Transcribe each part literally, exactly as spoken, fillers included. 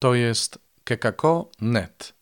To jest kekako kropka net.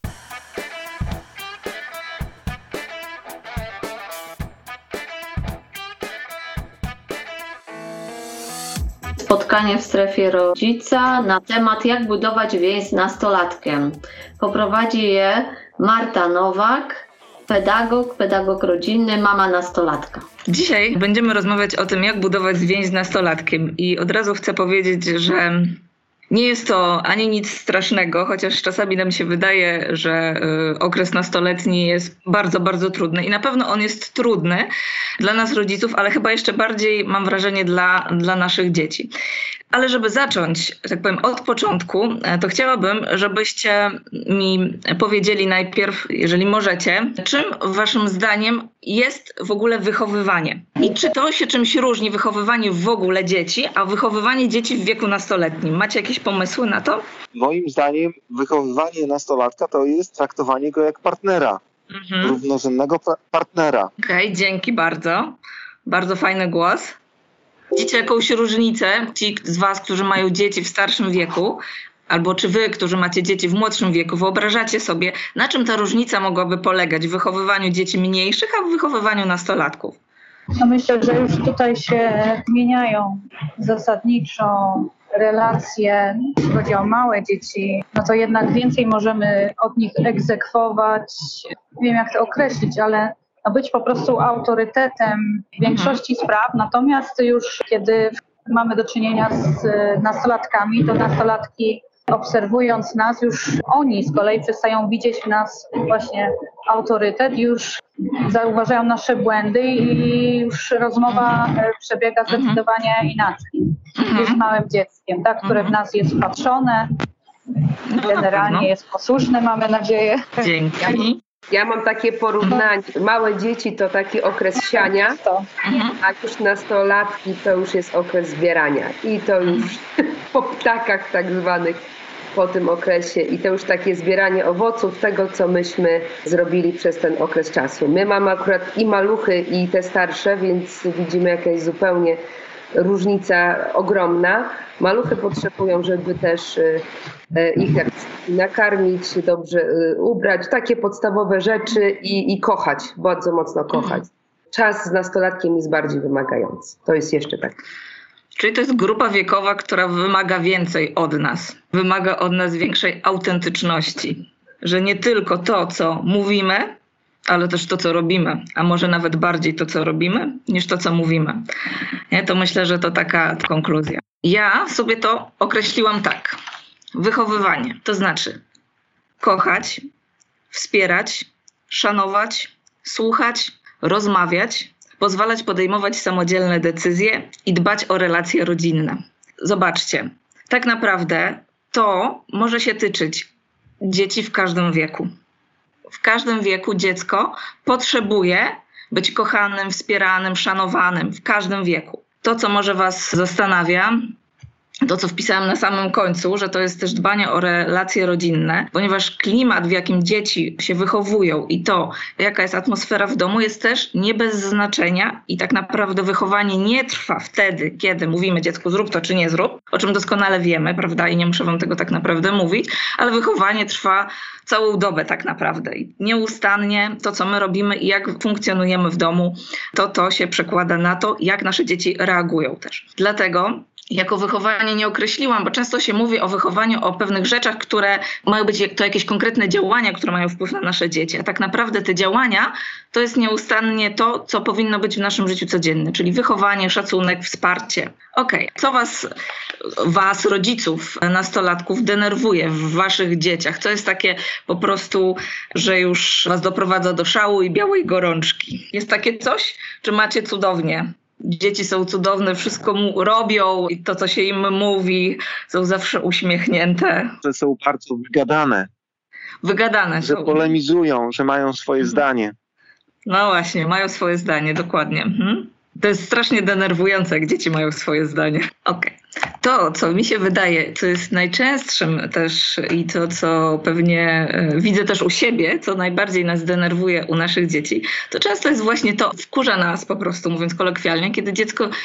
Spotkanie w strefie rodzica na temat, jak budować więź z nastolatkiem. Poprowadzi je Marta Nowak, pedagog, pedagog rodzinny, mama nastolatka. Dzisiaj będziemy rozmawiać o tym, jak budować więź z nastolatkiem. I od razu chcę powiedzieć, że nie jest to ani nic strasznego, chociaż czasami nam się wydaje, że y, okres nastoletni jest bardzo, bardzo trudny. I na pewno on jest trudny dla nas rodziców, ale chyba jeszcze bardziej, mam wrażenie, dla, dla naszych dzieci. Ale żeby zacząć, tak powiem, od początku, to chciałabym, żebyście mi powiedzieli najpierw, jeżeli możecie, czym waszym zdaniem jest w ogóle wychowywanie? I czy to się czymś różni, wychowywanie w ogóle dzieci, a wychowywanie dzieci w wieku nastoletnim? Macie jakieś pomysły na to? Moim zdaniem wychowywanie nastolatka to jest traktowanie go jak partnera, mhm. równorzędnego pra- partnera. Okej, okay, dzięki bardzo. Bardzo fajny głos. Widzicie jakąś różnicę, ci z was, którzy mają dzieci w starszym wieku, albo czy wy, którzy macie dzieci w młodszym wieku, wyobrażacie sobie, na czym ta różnica mogłaby polegać w wychowywaniu dzieci mniejszych, a w wychowywaniu nastolatków? No myślę, że już tutaj się zmieniają zasadniczo relacje, jeśli chodzi o małe dzieci, no to jednak więcej możemy od nich egzekwować, nie wiem jak to określić, ale no być po prostu autorytetem w większości mhm. spraw, natomiast już kiedy mamy do czynienia z nastolatkami, to nastolatki obserwując nas, już oni z kolei przestają widzieć w nas właśnie autorytet, już zauważają nasze błędy i już rozmowa przebiega zdecydowanie inaczej niż z małym dzieckiem, tak, które w nas jest wpatrzone, generalnie jest posłuszne, mamy nadzieję. Dzięki. Ja mam takie porównanie, małe dzieci to taki okres siania, a już nastolatki to już jest okres zbierania i to już po ptakach tak zwanych po tym okresie i to już takie zbieranie owoców tego, co myśmy zrobili przez ten okres czasu. My mamy akurat i maluchy i te starsze, więc widzimy jakaś zupełnie różnica ogromna. Maluchy potrzebują, żeby też ich jak nakarmić, dobrze ubrać, takie podstawowe rzeczy i, i kochać, bardzo mocno kochać. Czas z nastolatkiem jest bardziej wymagający. To jest jeszcze tak. Czyli to jest grupa wiekowa, która wymaga więcej od nas. Wymaga od nas większej autentyczności. Że nie tylko to, co mówimy, ale też to, co robimy, a może nawet bardziej to, co robimy, niż to, co mówimy. Nie? To myślę, że to taka konkluzja. Ja sobie to określiłam tak. Wychowywanie, to znaczy kochać, wspierać, szanować, słuchać, rozmawiać, pozwalać podejmować samodzielne decyzje i dbać o relacje rodzinne. Zobaczcie, tak naprawdę to może się tyczyć dzieci w każdym wieku. W każdym wieku dziecko potrzebuje być kochanym, wspieranym, szanowanym w każdym wieku. To, co może was zastanawia, to, co wpisałam na samym końcu, że to jest też dbanie o relacje rodzinne, ponieważ klimat, w jakim dzieci się wychowują i to, jaka jest atmosfera w domu, jest też nie bez znaczenia i tak naprawdę wychowanie nie trwa wtedy, kiedy mówimy dziecku zrób to czy nie zrób, o czym doskonale wiemy, prawda, i nie muszę wam tego tak naprawdę mówić, ale wychowanie trwa całą dobę tak naprawdę i nieustannie to, co my robimy i jak funkcjonujemy w domu, to to się przekłada na to, jak nasze dzieci reagują też. Dlatego jako wychowanie nie określiłam, bo często się mówi o wychowaniu, o pewnych rzeczach, które mają być to jakieś konkretne działania, które mają wpływ na nasze dzieci. A tak naprawdę te działania to jest nieustannie to, co powinno być w naszym życiu codziennym, czyli wychowanie, szacunek, wsparcie. Okej, okay. Co was, was, rodziców, nastolatków denerwuje w waszych dzieciach? Co jest takie po prostu, że już was doprowadza do szału i białej gorączki? Jest takie coś? Czy macie cudownie? Dzieci są cudowne, wszystko mu robią i to, co się im mówi, są zawsze uśmiechnięte. Że są bardzo wygadane. Wygadane że są. Że polemizują, że mają swoje mhm. zdanie. No właśnie, mają swoje zdanie, dokładnie. Mhm. To jest strasznie denerwujące, jak dzieci mają swoje zdanie. Okej. Okay. To, co mi się wydaje, co jest najczęstszym też i to, co pewnie y, widzę też u siebie, co najbardziej nas denerwuje u naszych dzieci, to często jest właśnie to, wkurza nas po prostu, mówiąc kolokwialnie, kiedy dziecko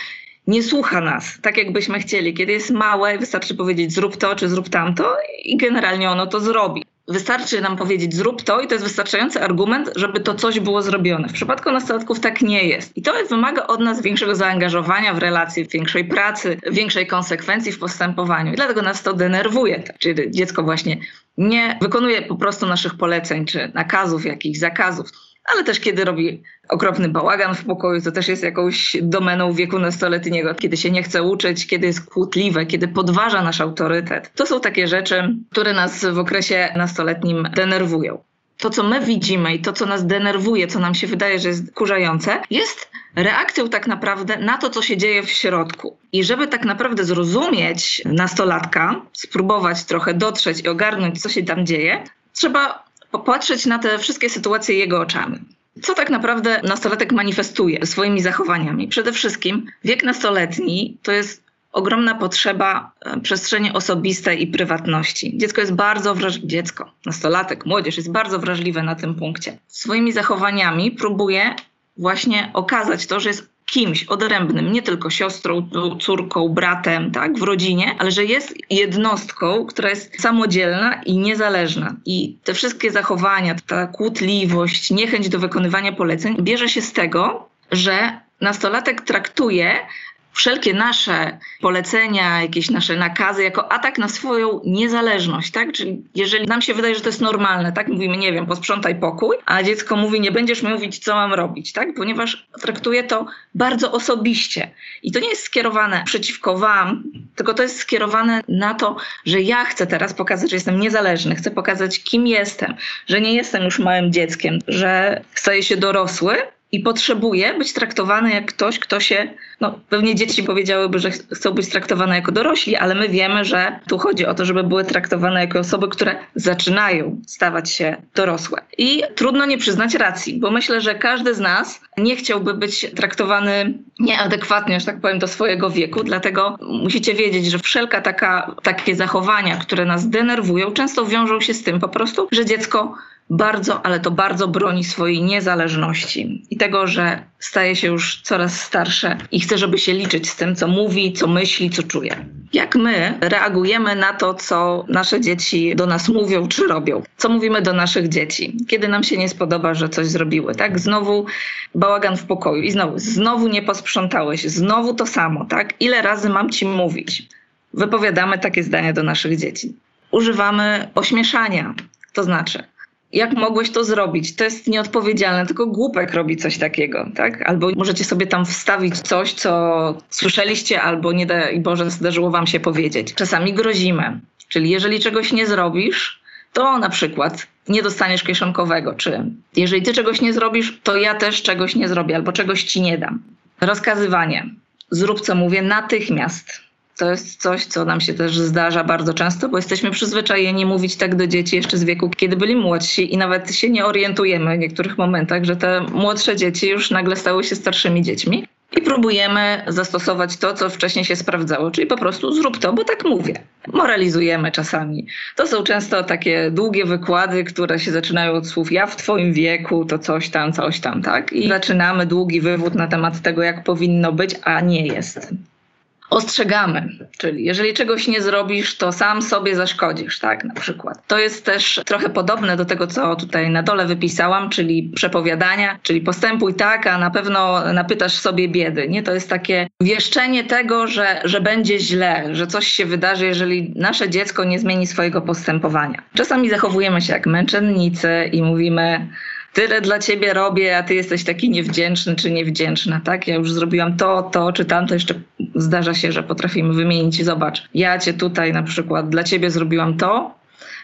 nie słucha nas tak, jakbyśmy chcieli. Kiedy jest małe, wystarczy powiedzieć zrób to czy zrób tamto i generalnie ono to zrobi. Wystarczy nam powiedzieć zrób to i to jest wystarczający argument, żeby to coś było zrobione. W przypadku nastolatków tak nie jest. I to wymaga od nas większego zaangażowania w relacje, większej pracy, większej konsekwencji w postępowaniu. I dlatego nas to denerwuje. Czyli dziecko właśnie nie wykonuje po prostu naszych poleceń czy nakazów, jakichś zakazów. Ale też kiedy robi okropny bałagan w pokoju, to też jest jakąś domeną wieku nastoletniego. Kiedy się nie chce uczyć, kiedy jest kłótliwe, kiedy podważa nasz autorytet. To są takie rzeczy, które nas w okresie nastoletnim denerwują. To, co my widzimy i to, co nas denerwuje, co nam się wydaje, że jest wkurzające, jest reakcją tak naprawdę na to, co się dzieje w środku. I żeby tak naprawdę zrozumieć nastolatka, spróbować trochę dotrzeć i ogarnąć, co się tam dzieje, trzeba popatrzeć na te wszystkie sytuacje jego oczami. Co tak naprawdę nastolatek manifestuje swoimi zachowaniami? Przede wszystkim wiek nastoletni to jest ogromna potrzeba przestrzeni osobistej i prywatności. Dziecko jest bardzo wrażliwe, dziecko, nastolatek, młodzież jest bardzo wrażliwe na tym punkcie. Swoimi zachowaniami próbuje właśnie okazać to, że jest kimś odrębnym, nie tylko siostrą, córką, bratem, tak, w rodzinie, ale że jest jednostką, która jest samodzielna i niezależna. I te wszystkie zachowania, ta kłótliwość, niechęć do wykonywania poleceń bierze się z tego, że nastolatek traktuje wszelkie nasze polecenia, jakieś nasze nakazy jako atak na swoją niezależność, tak? Czyli jeżeli nam się wydaje, że to jest normalne, tak? Mówimy, nie wiem, posprzątaj pokój, a dziecko mówi, nie będziesz mi mówić, co mam robić, tak? Ponieważ traktuje to bardzo osobiście. I to nie jest skierowane przeciwko wam, tylko to jest skierowane na to, że ja chcę teraz pokazać, że jestem niezależny, chcę pokazać, kim jestem, że nie jestem już małym dzieckiem, że staję się dorosły, i potrzebuje być traktowany jak ktoś, kto się, no pewnie dzieci powiedziałyby, że chcą być traktowane jako dorośli, ale my wiemy, że tu chodzi o to, żeby były traktowane jako osoby, które zaczynają stawać się dorosłe. I trudno nie przyznać racji, bo myślę, że każdy z nas nie chciałby być traktowany nieadekwatnie, że tak powiem, do swojego wieku, dlatego musicie wiedzieć, że wszelka taka, takie zachowania, które nas denerwują, często wiążą się z tym po prostu, że dziecko bardzo, ale to bardzo broni swojej niezależności i tego, że staje się już coraz starsze i chce, żeby się liczyć z tym, co mówi, co myśli, co czuje. Jak my reagujemy na to, co nasze dzieci do nas mówią czy robią? Co mówimy do naszych dzieci? Kiedy nam się nie spodoba, że coś zrobiły, tak? Znowu bałagan w pokoju i znowu, znowu nie posprzątałeś, znowu to samo, tak? Ile razy mam ci mówić? Wypowiadamy takie zdania do naszych dzieci. Używamy ośmieszania, to znaczy jak mogłeś to zrobić? To jest nieodpowiedzialne, tylko głupek robi coś takiego, tak? Albo możecie sobie tam wstawić coś, co słyszeliście, albo nie daj Boże, zdarzyło wam się powiedzieć. Czasami grozimy, czyli jeżeli czegoś nie zrobisz, to na przykład nie dostaniesz kieszonkowego, czy jeżeli ty czegoś nie zrobisz, to ja też czegoś nie zrobię, albo czegoś ci nie dam. Rozkazywanie. Zrób, co mówię, natychmiast. To jest coś, co nam się też zdarza bardzo często, bo jesteśmy przyzwyczajeni mówić tak do dzieci jeszcze z wieku, kiedy byli młodsi i nawet się nie orientujemy w niektórych momentach, że te młodsze dzieci już nagle stały się starszymi dziećmi i próbujemy zastosować to, co wcześniej się sprawdzało, czyli po prostu zrób to, bo tak mówię. Moralizujemy czasami. To są często takie długie wykłady, które się zaczynają od słów ja w twoim wieku, to coś tam, coś tam, tak? I zaczynamy długi wywód na temat tego, jak powinno być, a nie jest. Ostrzegamy, czyli jeżeli czegoś nie zrobisz, to sam sobie zaszkodzisz, tak, na przykład. To jest też trochę podobne do tego, co tutaj na dole wypisałam, czyli przepowiadania, czyli postępuj tak, a na pewno napytasz sobie biedy, nie? To jest takie wieszczenie tego, że, że będzie źle, że coś się wydarzy, jeżeli nasze dziecko nie zmieni swojego postępowania. Czasami zachowujemy się jak męczennicy i mówimy, tyle dla ciebie robię, a ty jesteś taki niewdzięczny czy niewdzięczna, tak? Ja już zrobiłam to, to czy tamto. Jeszcze zdarza się, że potrafimy wymienić. Zobacz, ja cię tutaj na przykład dla ciebie zrobiłam to,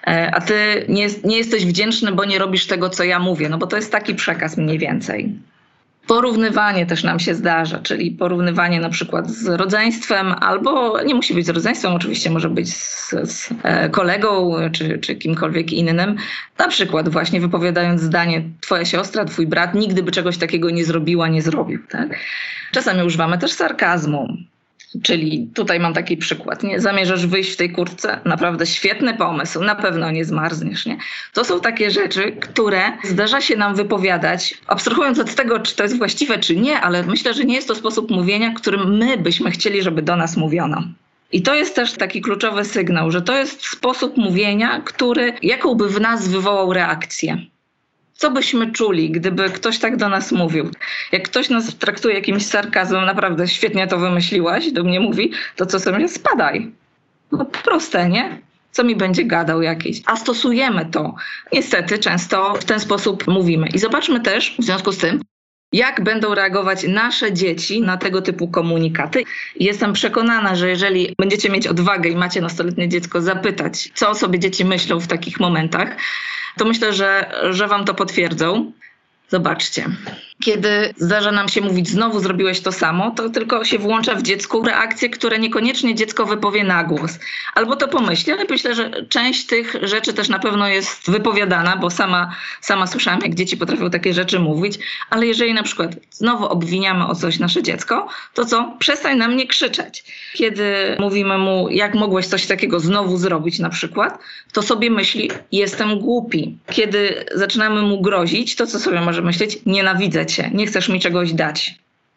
a ty nie, nie jesteś wdzięczny, bo nie robisz tego, co ja mówię. No bo to jest taki przekaz mniej więcej. Porównywanie też nam się zdarza, czyli porównywanie na przykład z rodzeństwem, albo nie musi być z rodzeństwem, oczywiście może być z, z kolegą czy, czy kimkolwiek innym. Na przykład właśnie wypowiadając zdanie twoja siostra, twój brat nigdy by czegoś takiego nie zrobiła, nie zrobił. Tak? Czasami używamy też sarkazmu. Czyli tutaj mam taki przykład, nie? Zamierzasz wyjść w tej kurtce? Naprawdę świetny pomysł, na pewno nie zmarzniesz, nie? To są takie rzeczy, które zdarza się nam wypowiadać, abstrahując od tego, czy to jest właściwe, czy nie, ale myślę, że nie jest to sposób mówienia, którym my byśmy chcieli, żeby do nas mówiono. I to jest też taki kluczowy sygnał, że to jest sposób mówienia, który jakąby w nas wywołał reakcję. Co byśmy czuli, gdyby ktoś tak do nas mówił? Jak ktoś nas traktuje jakimś sarkazmem, naprawdę świetnie to wymyśliłaś, do mnie mówi, to co sobie spadaj. No proste, nie? Co mi będzie gadał jakiś? A stosujemy to. Niestety często w ten sposób mówimy. I zobaczmy też w związku z tym, jak będą reagować nasze dzieci na tego typu komunikaty. Jestem przekonana, że jeżeli będziecie mieć odwagę i macie nastoletnie dziecko zapytać, co sobie dzieci myślą w takich momentach, to myślę, że, że wam to potwierdzą. Zobaczcie. Kiedy zdarza nam się mówić, znowu zrobiłeś to samo, to tylko się włącza w dziecku reakcje, które niekoniecznie dziecko wypowie na głos. Albo to pomyśli, ale myślę, że część tych rzeczy też na pewno jest wypowiadana, bo sama, sama słyszałam, jak dzieci potrafią takie rzeczy mówić. Ale jeżeli na przykład znowu obwiniamy o coś nasze dziecko, to co? Przestań na mnie krzyczeć. Kiedy mówimy mu, jak mogłeś coś takiego znowu zrobić na przykład, to sobie myśli, jestem głupi. Kiedy zaczynamy mu grozić, to co sobie może myśleć? Nienawidzę cię, nie chcesz mi czegoś dać.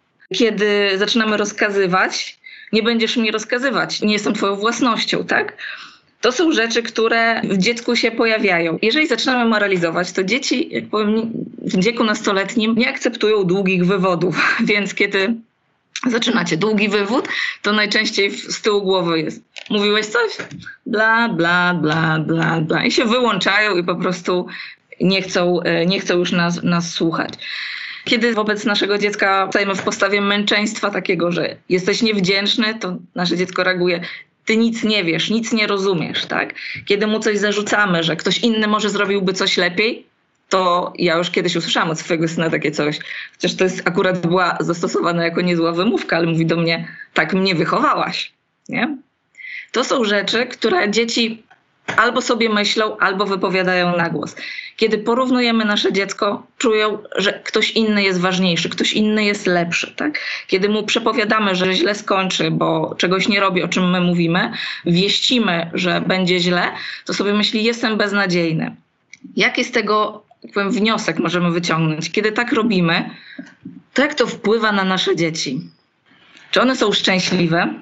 Kiedy zaczynamy rozkazywać, nie będziesz mi rozkazywać, nie jestem twoją własnością, tak? To są rzeczy, które w dziecku się pojawiają. Jeżeli zaczynamy moralizować, to dzieci, jak powiem, w wieku nastoletnim nie akceptują długich wywodów, więc kiedy zaczynacie długi wywód, to najczęściej z tyłu głowy jest: mówiłeś coś? Bla, bla, bla, bla, bla. I się wyłączają i po prostu nie chcą, nie chcą już nas, nas słuchać. Kiedy wobec naszego dziecka stajemy w postawie męczeństwa takiego, że jesteś niewdzięczny, to nasze dziecko reaguje: ty nic nie wiesz, nic nie rozumiesz, tak? Kiedy mu coś zarzucamy, że ktoś inny może zrobiłby coś lepiej, to ja już kiedyś usłyszałam od swojego syna takie coś, chociaż to jest akurat była zastosowana jako niezła wymówka, ale mówi do mnie: tak mnie wychowałaś, nie? To są rzeczy, które dzieci albo sobie myślą, albo wypowiadają na głos. Kiedy porównujemy nasze dziecko, czują, że ktoś inny jest ważniejszy, ktoś inny jest lepszy, tak? Kiedy mu przepowiadamy, że źle skończy, bo czegoś nie robi, o czym my mówimy, wieścimy, że będzie źle, to sobie myśli: jestem beznadziejny. Jaki z tego, jak powiem, wniosek możemy wyciągnąć? Kiedy tak robimy, to jak to wpływa na nasze dzieci? Czy one są szczęśliwe?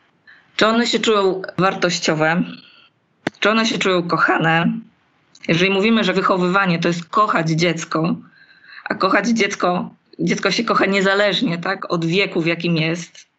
Czy one się czują wartościowe? Czy one się czują kochane? Jeżeli mówimy, że wychowywanie to jest kochać dziecko, a kochać dziecko, dziecko się kocha niezależnie, tak, od wieku, w jakim jest.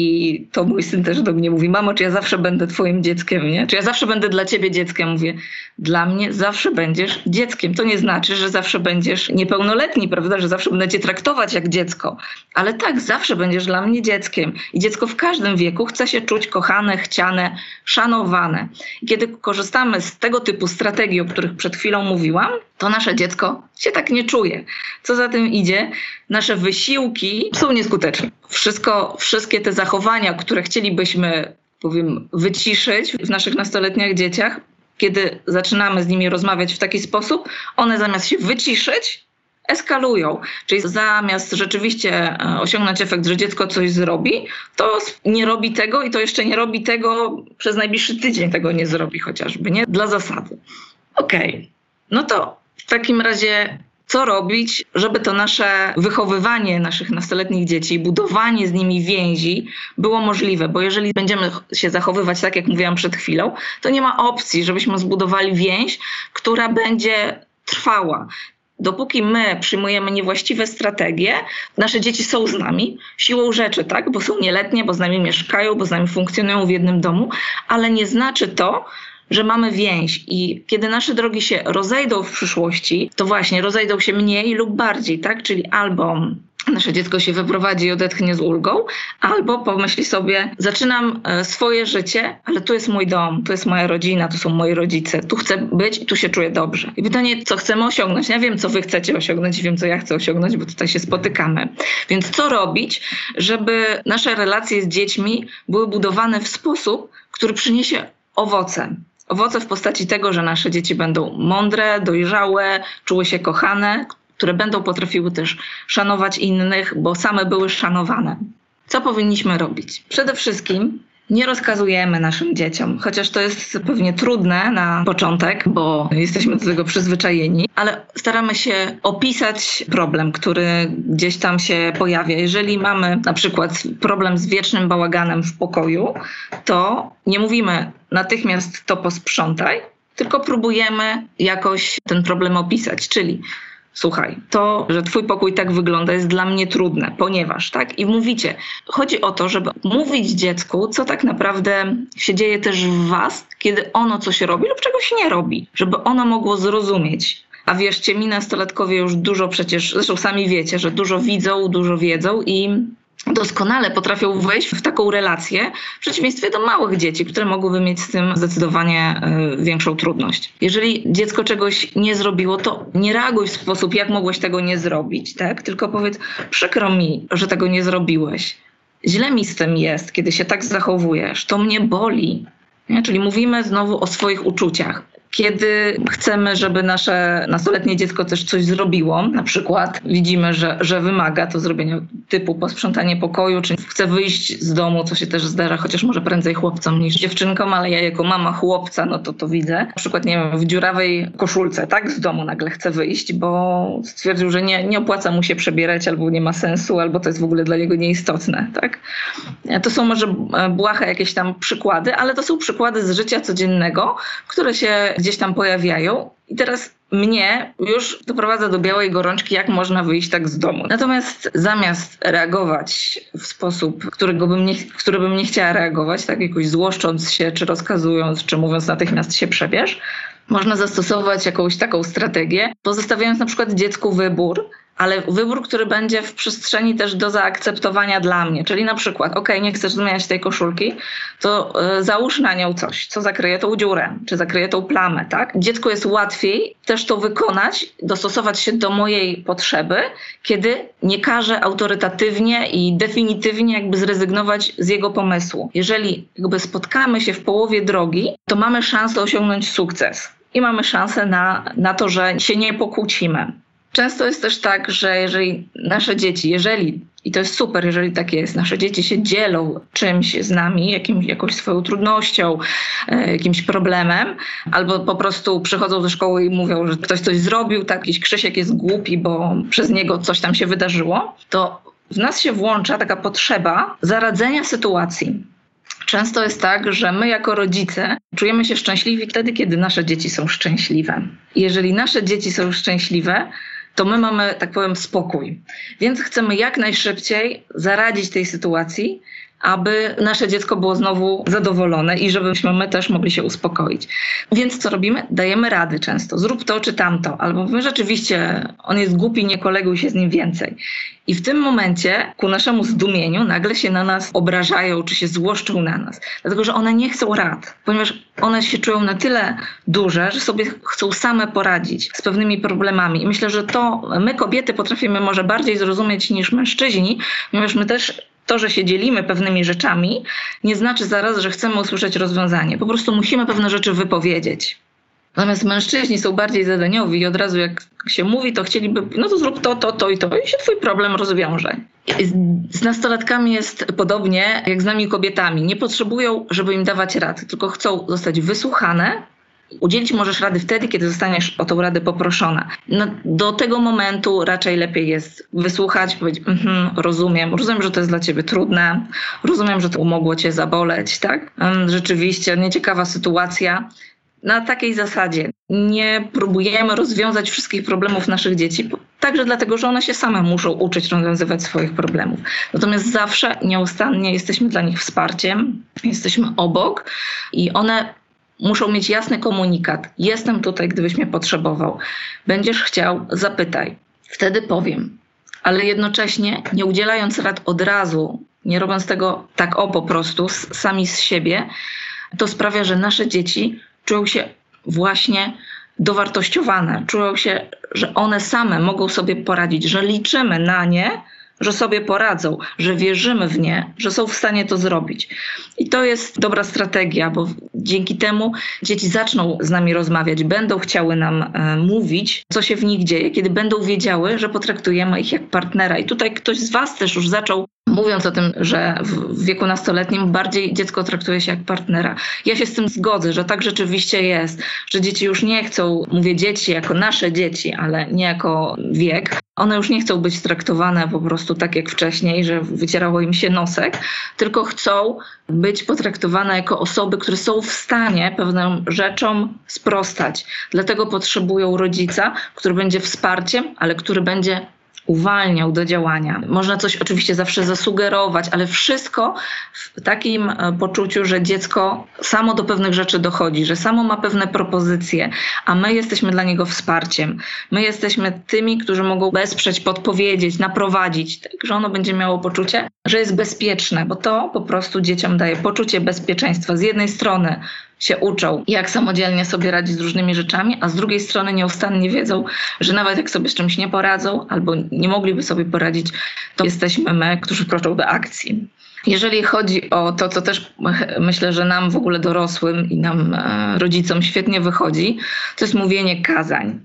I to mój syn też do mnie mówi: mamo, czy ja zawsze będę twoim dzieckiem, nie? Czy ja zawsze będę dla ciebie dzieckiem? Mówię: dla mnie zawsze będziesz dzieckiem. To nie znaczy, że zawsze będziesz niepełnoletni, prawda? Że zawsze będę cię traktować jak dziecko. Ale tak, zawsze będziesz dla mnie dzieckiem. I dziecko w każdym wieku chce się czuć kochane, chciane, szanowane. I kiedy korzystamy z tego typu strategii, o których przed chwilą mówiłam, to nasze dziecko się tak nie czuje. Co za tym idzie, nasze wysiłki są nieskuteczne. Wszystko, wszystkie te zachowania, które chcielibyśmy, powiem, wyciszyć w naszych nastoletnich dzieciach, kiedy zaczynamy z nimi rozmawiać w taki sposób, one zamiast się wyciszyć, eskalują. Czyli zamiast rzeczywiście osiągnąć efekt, że dziecko coś zrobi, to nie robi tego i to jeszcze nie robi tego, przez najbliższy tydzień tego nie zrobi chociażby, nie? Dla zasady. Okej, okay. No to w takim razie co robić, żeby to nasze wychowywanie naszych nastoletnich dzieci, budowanie z nimi więzi było możliwe? Bo jeżeli będziemy się zachowywać tak, jak mówiłam przed chwilą, to nie ma opcji, żebyśmy zbudowali więź, która będzie trwała. Dopóki my przyjmujemy niewłaściwe strategie, nasze dzieci są z nami siłą rzeczy, tak? Bo są nieletnie, bo z nami mieszkają, bo z nami funkcjonują w jednym domu, ale nie znaczy to, że mamy więź i kiedy nasze drogi się rozejdą w przyszłości, to właśnie rozejdą się mniej lub bardziej, tak? Czyli albo nasze dziecko się wyprowadzi i odetchnie z ulgą, albo pomyśli sobie: zaczynam swoje życie, ale tu jest mój dom, tu jest moja rodzina, tu są moi rodzice, tu chcę być i tu się czuję dobrze. I pytanie, co chcemy osiągnąć? Ja wiem, co wy chcecie osiągnąć i wiem, co ja chcę osiągnąć, bo tutaj się spotykamy. Więc co robić, żeby nasze relacje z dziećmi były budowane w sposób, który przyniesie owoce? Owoce w postaci tego, że nasze dzieci będą mądre, dojrzałe, czuły się kochane, które będą potrafiły też szanować innych, bo same były szanowane. Co powinniśmy robić? Przede wszystkim nie rozkazujemy naszym dzieciom, chociaż to jest pewnie trudne na początek, bo jesteśmy do tego przyzwyczajeni, ale staramy się opisać problem, który gdzieś tam się pojawia. Jeżeli mamy na przykład problem z wiecznym bałaganem w pokoju, to nie mówimy natychmiast to posprzątaj, tylko próbujemy jakoś ten problem opisać, czyli słuchaj, to, że twój pokój tak wygląda, jest dla mnie trudne, ponieważ, tak? I mówicie, chodzi o to, żeby mówić dziecku, co tak naprawdę się dzieje też w was, kiedy ono coś robi lub czegoś nie robi, żeby ono mogło zrozumieć. A wierzcie mi, nastolatkowie już dużo przecież, zresztą sami wiecie, że dużo widzą, dużo wiedzą i doskonale potrafią wejść w taką relację, w przeciwieństwie do małych dzieci, które mogłyby mieć z tym zdecydowanie y, większą trudność. Jeżeli dziecko czegoś nie zrobiło, to nie reaguj w sposób, jak mogłeś tego nie zrobić, tak? Tylko powiedz, przykro mi, że tego nie zrobiłeś. Źle mi z tym jest, kiedy się tak zachowujesz, to mnie boli. Nie? Czyli mówimy znowu o swoich uczuciach. Kiedy chcemy, żeby nasze nastoletnie dziecko też coś zrobiło, na przykład widzimy, że, że wymaga to zrobienia typu posprzątanie pokoju, czy chce wyjść z domu, co się też zdarza, chociaż może prędzej chłopcom niż dziewczynkom, ale ja jako mama chłopca, no to to widzę. Na przykład, nie wiem, w dziurawej koszulce, tak, z domu nagle chce wyjść, bo stwierdził, że nie, nie opłaca mu się przebierać, albo nie ma sensu, albo to jest w ogóle dla niego nieistotne, tak. To są może błahe jakieś tam przykłady, ale to są przykłady z życia codziennego, które się gdzieś tam pojawiają i teraz mnie już doprowadza do białej gorączki, jak można wyjść tak z domu. Natomiast zamiast reagować w sposób, którego bym nie, który bym nie chciała reagować, tak jakoś złoszcząc się, czy rozkazując, czy mówiąc natychmiast się przebierz, można zastosować jakąś taką strategię, pozostawiając na przykład dziecku wybór, ale wybór, który będzie w przestrzeni też do zaakceptowania dla mnie. Czyli na przykład, ok, nie chcesz zmieniać tej koszulki, to y, załóż na nią coś, co zakryje tą dziurę, czy zakryje tą plamę, tak? Dziecku jest łatwiej też to wykonać, dostosować się do mojej potrzeby, kiedy nie każę autorytatywnie i definitywnie jakby zrezygnować z jego pomysłu. Jeżeli jakby spotkamy się w połowie drogi, to mamy szansę osiągnąć sukces i mamy szansę na, na to, że się nie pokłócimy. Często jest też tak, że jeżeli nasze dzieci, jeżeli, i to jest super, jeżeli tak jest, nasze dzieci się dzielą czymś z nami, jakimś, jakąś swoją trudnością, e, jakimś problemem, albo po prostu przychodzą do szkoły i mówią, że ktoś coś zrobił, tak, jakiś Krzysiek jest głupi, bo przez niego coś tam się wydarzyło, to w nas się włącza taka potrzeba zaradzenia sytuacji. Często jest tak, że my jako rodzice czujemy się szczęśliwi wtedy, kiedy nasze dzieci są szczęśliwe. I jeżeli nasze dzieci są szczęśliwe, to my mamy, tak powiem, spokój. Więc chcemy jak najszybciej zaradzić tej sytuacji, aby nasze dziecko było znowu zadowolone i żebyśmy my też mogli się uspokoić. Więc co robimy? Dajemy rady często. Zrób to czy tamto. Albo my rzeczywiście, on jest głupi, nie koleguj się z nim więcej. I w tym momencie, ku naszemu zdumieniu, nagle się na nas obrażają, czy się złoszczą na nas. Dlatego, że one nie chcą rad, ponieważ one się czują na tyle duże, że sobie chcą same poradzić z pewnymi problemami. I myślę, że to my kobiety potrafimy może bardziej zrozumieć niż mężczyźni, ponieważ my też to, że się dzielimy pewnymi rzeczami, nie znaczy zaraz, że chcemy usłyszeć rozwiązanie. Po prostu musimy pewne rzeczy wypowiedzieć. Natomiast mężczyźni są bardziej zadaniowi i od razu jak się mówi, to chcieliby, no to zrób to, to, to i to i się twój problem rozwiąże. Z nastolatkami jest podobnie jak z nami kobietami. Nie potrzebują, żeby im dawać rad, tylko chcą zostać wysłuchane. Udzielić możesz rady wtedy, kiedy zostaniesz o tą radę poproszona. No, do tego momentu raczej lepiej jest wysłuchać, powiedzieć, mhm, rozumiem, rozumiem, że to jest dla ciebie trudne, rozumiem, że to mogło cię zaboleć, tak? Rzeczywiście, nieciekawa sytuacja. Na takiej zasadzie nie próbujemy rozwiązać wszystkich problemów naszych dzieci, także dlatego, że one się same muszą uczyć rozwiązywać swoich problemów. Natomiast zawsze nieustannie jesteśmy dla nich wsparciem, jesteśmy obok i one muszą mieć jasny komunikat. Jestem tutaj, gdybyś mnie potrzebował. Będziesz chciał, zapytaj. Wtedy powiem. Ale jednocześnie nie udzielając rad od razu, nie robiąc tego tak o po prostu, sami z siebie, to sprawia, że nasze dzieci czują się właśnie dowartościowane. Czują się, że one same mogą sobie poradzić, że liczymy na nie, że sobie poradzą, że wierzymy w nie, że są w stanie to zrobić. I to jest dobra strategia, bo dzięki temu dzieci zaczną z nami rozmawiać, będą chciały nam e, mówić, co się w nich dzieje, kiedy będą wiedziały, że potraktujemy ich jak partnera. I tutaj ktoś z was też już zaczął mówiąc o tym, że w wieku nastoletnim bardziej dziecko traktuje się jak partnera. Ja się z tym zgodzę, że tak rzeczywiście jest, że dzieci już nie chcą, mówię dzieci jako nasze dzieci, ale nie jako wiek, one już nie chcą być traktowane po prostu tak jak wcześniej, że wycierało im się nosek, tylko chcą być potraktowane jako osoby, które są w stanie pewnym rzeczom sprostać. Dlatego potrzebują rodzica, który będzie wsparciem, ale który będzie uwalniał do działania. Można coś oczywiście zawsze zasugerować, ale wszystko w takim poczuciu, że dziecko samo do pewnych rzeczy dochodzi, że samo ma pewne propozycje, a my jesteśmy dla niego wsparciem. My jesteśmy tymi, którzy mogą wesprzeć, podpowiedzieć, naprowadzić, tak, że ono będzie miało poczucie, że jest bezpieczne, bo to po prostu dzieciom daje poczucie bezpieczeństwa. Z jednej strony się uczą, jak samodzielnie sobie radzić z różnymi rzeczami, a z drugiej strony nieustannie wiedzą, że nawet jak sobie z czymś nie poradzą albo nie mogliby sobie poradzić, to jesteśmy my, którzy wkroczą do akcji. Jeżeli chodzi o to, co też myślę, że nam w ogóle dorosłym i nam rodzicom świetnie wychodzi, to jest mówienie kazań.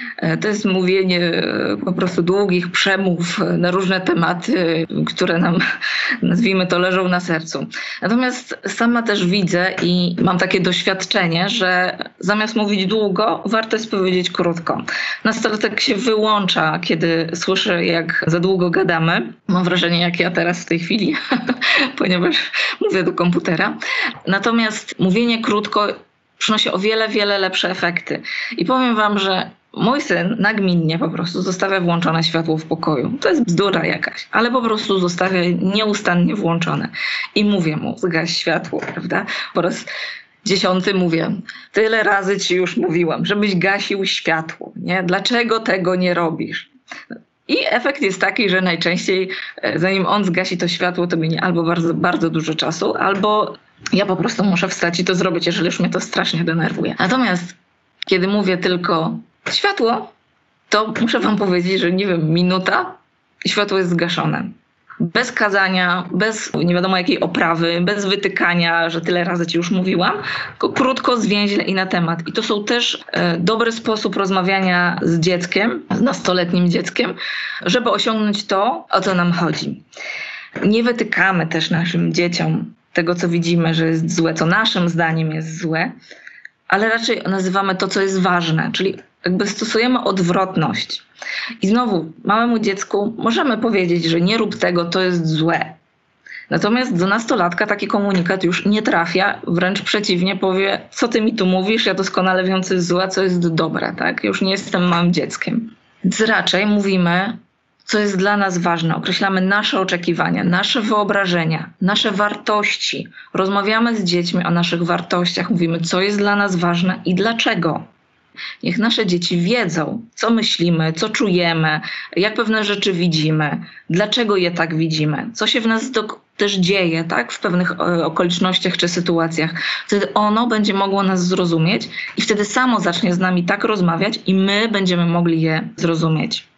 To jest mówienie po prostu długich przemów na różne tematy, które nam, nazwijmy to, leżą na sercu. Natomiast sama też widzę i mam takie doświadczenie, że zamiast mówić długo, warto jest powiedzieć krótko. Nastolatek się wyłącza, kiedy słyszy, jak za długo gadamy. Mam wrażenie, jak ja teraz w tej chwili, ponieważ mówię do komputera. Natomiast mówienie krótko przynosi o wiele, wiele lepsze efekty. I powiem wam, że mój syn nagminnie po prostu zostawia włączone światło w pokoju. To jest bzdura jakaś, ale po prostu zostawia nieustannie włączone. I mówię mu, zgaś światło, prawda? Po raz dziesiąty mówię, tyle razy ci już mówiłam, żebyś gasił światło, nie? Dlaczego tego nie robisz? I efekt jest taki, że najczęściej zanim on zgasi to światło, to minie albo bardzo, bardzo dużo czasu, albo ja po prostu muszę wstać i to zrobić, jeżeli już mnie to strasznie denerwuje. Natomiast kiedy mówię tylko światło, to muszę wam powiedzieć, że nie wiem, minuta i światło jest zgaszone. Bez kazania, bez nie wiadomo jakiej oprawy, bez wytykania, że tyle razy ci już mówiłam, tylko krótko, zwięźle i na temat. I to są też e, dobry sposób rozmawiania z dzieckiem, z nastoletnim dzieckiem, żeby osiągnąć to, o co nam chodzi. Nie wytykamy też naszym dzieciom tego, co widzimy, że jest złe, co naszym zdaniem jest złe, ale raczej nazywamy to, co jest ważne, czyli jakby stosujemy odwrotność. I znowu małemu dziecku możemy powiedzieć, że nie rób tego, to jest złe. Natomiast do nastolatka taki komunikat już nie trafia, wręcz przeciwnie, powie, co ty mi tu mówisz, ja doskonale wiem, co jest złe, co jest dobre, tak? Już nie jestem małym dzieckiem. Więc raczej mówimy, co jest dla nas ważne. Określamy nasze oczekiwania, nasze wyobrażenia, nasze wartości. Rozmawiamy z dziećmi o naszych wartościach, mówimy, co jest dla nas ważne i dlaczego. Niech nasze dzieci wiedzą, co myślimy, co czujemy, jak pewne rzeczy widzimy, dlaczego je tak widzimy, co się w nas do, też dzieje, tak, w pewnych okolicznościach czy sytuacjach. Wtedy ono będzie mogło nas zrozumieć i wtedy samo zacznie z nami tak rozmawiać i my będziemy mogli je zrozumieć.